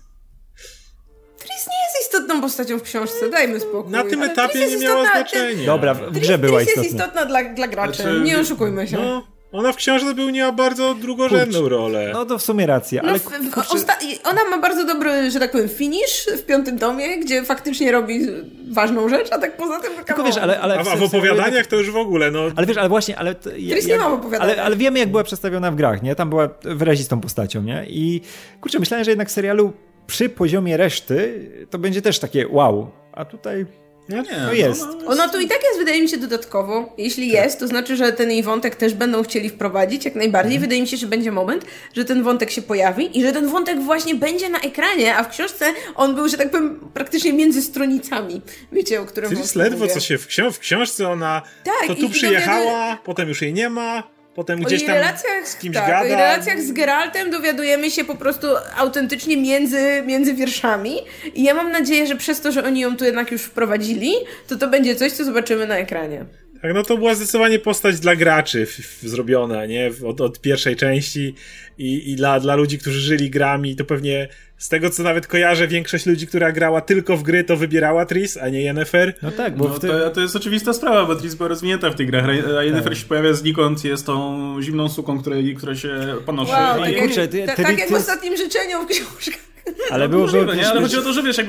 Tris nie jest istotną postacią w książce, dajmy spokój. Na tym etapie nie miała znaczenia. Dobra, w grze była istotna. Tris jest istotna dla graczy, nie oszukujmy się. No, ona w książce miała bardzo drugorzędną rolę. No to w sumie racja, ale... Ona ma bardzo dobry, że tak powiem, finish w 5. tomie, gdzie faktycznie robi ważną rzecz, a tak poza tym... Tylko wiesz, ale w opowiadaniach to już w ogóle, no... Ale wiesz, ale właśnie, Tris nie ma opowiadania. Ale wiemy, jak była przedstawiona w grach, nie? Tam była wyrazistą postacią, nie? I kurczę, myślałem, że jednak w serialu przy poziomie reszty to będzie też takie wow. A tutaj... No nie, No jest. Ona tu i tak jest, wydaje mi się, dodatkowo. Jeśli jest, to znaczy, że ten jej wątek też będą chcieli wprowadzić, jak najbardziej. Wydaje mi się, że będzie moment, że ten wątek się pojawi i że ten wątek właśnie będzie na ekranie, a w książce on był, że tak powiem, praktycznie między stronicami. Wiecie, o którym Tris ledwo co się w książce ona tak, to tu przyjechała, potem już jej nie ma, potem gdzieś tam z kimś gada. O jej relacjach z Geraltem dowiadujemy się po prostu autentycznie między wierszami i ja mam nadzieję, że przez to, że oni ją tu jednak już wprowadzili, to będzie coś, co zobaczymy na ekranie. Tak, no to była zdecydowanie postać dla graczy zrobiona, nie? Od pierwszej części i dla ludzi, którzy żyli grami, to pewnie z tego, co nawet kojarzę, większość ludzi, która grała tylko w gry, to wybierała Tris, a nie Yennefer. No tak, bo to jest oczywista sprawa, bo Tris była rozwinięta w tych grach, a Yennefer się pojawia znikąd, jest tą zimną suką, która się panoszy. Wow, tak jak w ostatnim życzeniu w książkach. Ale było nie? Ale chodzi o to, że wiesz, jakby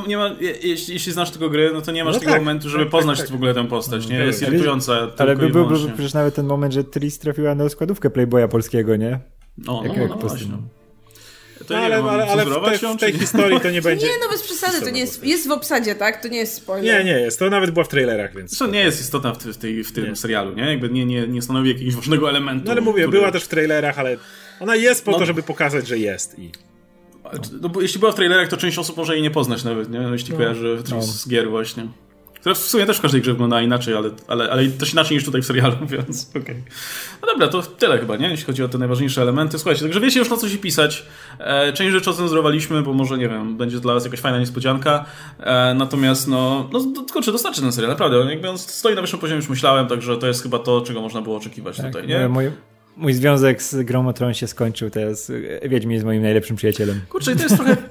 jeśli znasz tylko gry, no to nie masz tego momentu, żeby poznać w ogóle tę postać, nie? Jest irytująca. Ale był przecież nawet ten moment, że Tris trafiła na składówkę Playboya polskiego, nie? Jak właśnie. To ale w tej historii to nie będzie. Nie, no bez przesady, to nie jest w obsadzie, tak? To nie jest spoiler. Nie jest, to nawet była w trailerach, więc. To nie jest istotna w tym serialu, nie? Jakby nie stanowi jakiegoś ważnego elementu. No ale mówię, była też w trailerach, ale ona jest po to, żeby pokazać, że jest No bo jeśli była w trailerach, to część osób może jej nie poznać nawet, nie? Jeśli kojarzy z gier właśnie. Która w sumie też w każdej grze wygląda inaczej, ale też inaczej niż tutaj w serialu, więc okej. No dobra, to tyle chyba, nie? Jeśli chodzi o te najważniejsze elementy. Słuchajcie, także wiecie już na co się pisać. Część rzeczy ocenzurowaliśmy, bo może, nie wiem, będzie dla was jakaś fajna niespodzianka. Natomiast kurczę, dostarczy ten serial, naprawdę. Jakby on stoi na wyższym poziomie, już myślałem, także to jest chyba to, czego można było oczekiwać tutaj, nie? Mój związek z grą o Tron się skończył, teraz Wiedźmin jest moim najlepszym przyjacielem. Kurczę, i to jest trochę...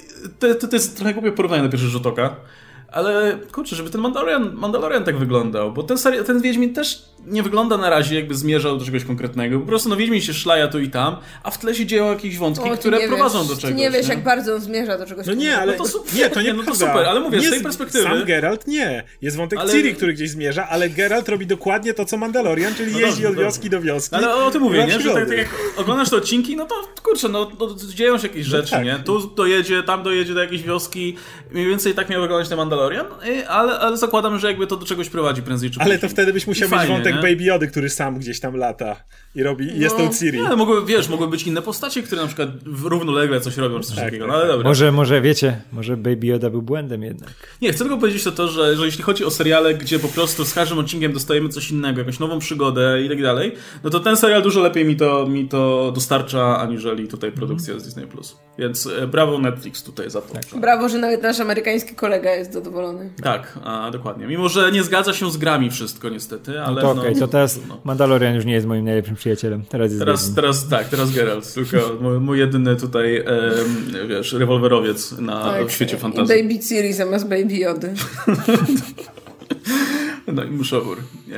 To jest trochę głupie porównanie na pierwszy rzut oka. Ale kurczę, żeby ten Mandalorian tak wyglądał, bo ten Wiedźmin też nie wygląda na razie jakby zmierzał do czegoś konkretnego. Po prostu Wiedźmin się szlaja tu i tam, a w tle się dzieją jakieś wątki, które prowadzą do czegoś. Ty nie wiesz, jak bardzo on zmierza do czegoś. No nie, ale to super, ale mówię, z tej perspektywy... Sam Geralt nie. Jest wątek Ciri, który gdzieś zmierza, ale Geralt robi dokładnie to, co Mandalorian, czyli jeździ od wioski do wioski. Ale o tym mówię, nie? Że tak jak oglądasz te odcinki, no to kurczę, dzieją się jakieś rzeczy, nie? Tu dojedzie, tam dojedzie do jakiejś wioski. Mniej więcej tak miał wyglądać ten Mandalorian, ale zakładam, że jakby to do czegoś prowadzi prędzej czy później. Ale to wtedy byś musiał mieć wątek Baby Yody, który sam gdzieś tam lata i robi, jest tą Ciri. Ale mogły być inne postacie, które na przykład równolegle coś robią, czy coś takiego, no ale dobra. Może wiecie, może Baby Yoda był błędem jednak. Nie, chcę tylko powiedzieć to, że jeśli chodzi o seriale, gdzie po prostu z każdym odcinkiem dostajemy coś innego, jakąś nową przygodę i tak dalej, no to ten serial dużo lepiej mi to dostarcza, aniżeli tutaj produkcja z Disney+. Więc brawo Netflix tutaj za to. Tak. Brawo, że nawet nasz amerykański kolega jest zadowolony. Tak, dokładnie. Mimo, że nie zgadza się z grami wszystko niestety, ale... No to okej, to teraz Mandalorian już nie jest moim najlepszym przyjacielem. Teraz Geralt, tylko mój jedyny tutaj, wiesz, rewolwerowiec w świecie fantazji. Baby Ciri zamiast Baby Jody. No i myszowór.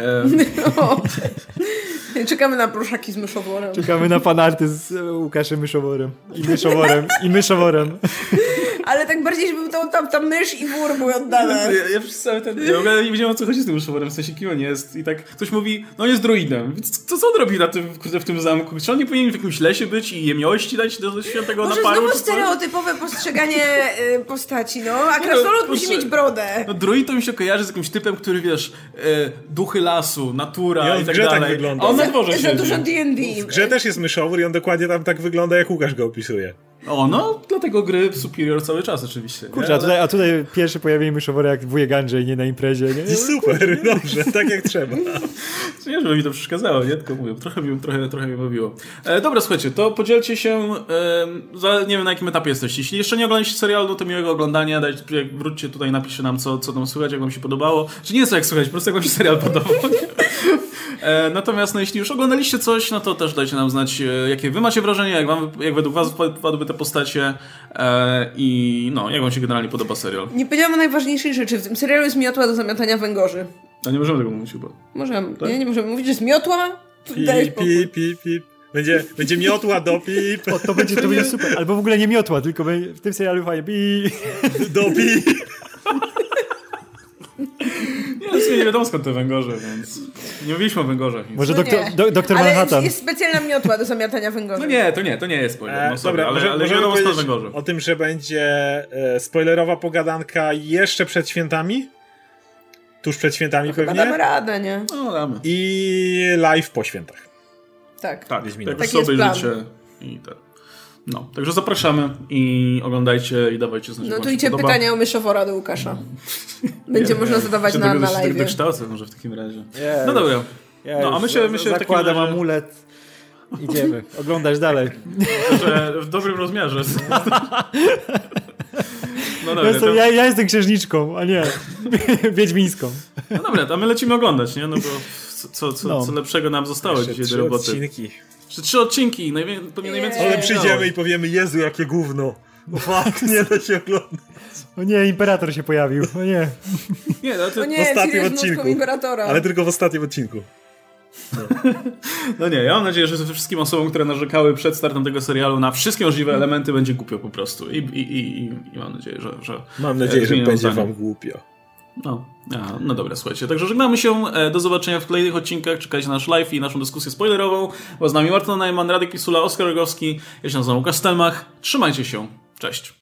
Czekamy na proszaki z myszoworem. Czekamy na fanarty z Łukaszem Myszoworem. I myszoworem. Ale tak bardziej, żeby ta mysz i wór były oddane. Ja przez cały ja w ogóle nie wiedziałem, o co chodzi z tym myszoworem, w sensie kim on jest. I tak ktoś mówi, no jest druidem. Więc co on robi w tym zamku? Czy on nie powinien w jakimś lesie być i jemiości dać do świętego naparu? Może znowu stereotypowe postrzeganie postaci, no. A krasnolud musi mieć brodę. No druid to mi się kojarzy z jakimś typem, który wiesz, duchy lasu, natura i tak dalej. Tak wygląda. A on na dworze za dużo D&D. W grze też jest myszowór i on dokładnie tam tak wygląda, jak Łukasz go opisuje. No, dlatego gry Superior cały czas oczywiście. Kurczę, a tutaj pierwsze pojawienie myszowora jak wujek Andrzej, nie na imprezie. Nie? Super, dobrze, tak jak trzeba. Nie, żeby mi to przeszkadzało, nie? Tylko mówię, trochę mnie bawiło. Dobra, słuchajcie, to podzielcie się, nie wiem na jakim etapie jesteście. Jeśli jeszcze nie oglądaliście serialu, to miłego oglądania, wróćcie tutaj, napiszcie nam, co tam słychać, jak wam się podobało. Czy nie jest to jak słychać, po prostu jak wam się serial podobał. Natomiast jeśli już oglądaliście coś, no to też dajcie nam znać, jakie wy macie wrażenie, jak według was wpadły te postacie i jak wam się generalnie podoba serial. Nie powiedziałam o najważniejszej rzeczy. W tym serialu jest miotła do zamiatania węgorzy. A nie możemy tego mówić chyba. Możemy. Tak? Nie możemy mówić, że jest miotła? Pip. Będzie miotła do pip. To będzie super. Albo w ogóle nie miotła, tylko w tym serialu fajnie do pip. Nie wiadomo skąd te węgorze, więc nie mówiliśmy o węgorzach. Nic. Może doktor Manhattan. Ale jest specjalna miotła do zamiatania węgorzy. No nie, to nie jest spoiler. Dobra, ale możemy powiedzieć o tym, że będzie spoilerowa pogadanka jeszcze przed świętami? tuż przed świętami Chyba pewnie. damy radę, nie? No, damy. I live po świętach. Tak. Tak, Wiedźmina. jak Taki sobie jest plan. życie i tak. No, także zapraszamy i oglądajcie i dawajcie znać, jak wam się Notujcie podoba. pytania o myszowora do Łukasza. Będzie można zadawać Się na tego live. dokształcę może w takim razie. Nie, No dobra. Ja No, a my się w takim zakładam razie... amulet. Idziemy. Oglądać dalej. Że w dobrym rozmiarze. No dobra, Ja jestem księżniczką, a nie wiedźmińską. no dobra, a my lecimy oglądać, nie? No bo co lepszego nam zostało Jeszcze dzisiaj 3 do roboty. odcinki. Jeszcze 3 odcinki, pewnie najwięcej. Ale przyjdziemy i powiemy, Jezu, jakie gówno. O fuck, nie da się oglądać. O nie, imperator się pojawił. O nie. Nie, no, O nie, w ostatnim Ciri jest odcinku. mnóstką Imperatora. Ale tylko w ostatnim odcinku. no nie, ja mam nadzieję, że ze wszystkim osobom, które narzekały przed startem tego serialu na wszystkie możliwe elementy będzie głupio po prostu. I mam nadzieję, że Mam nadzieję, że zmienią będzie zdanie. wam głupio. No dobra, słuchajcie. Także żegnamy się. Do zobaczenia w kolejnych odcinkach. Czekajcie na nasz live i naszą dyskusję spoilerową. Bo z nami Marta Najman, Radek Pisula, Oskar Rogowski. Ja się nazywam Łukasz Stelmach. Trzymajcie się. Cześć.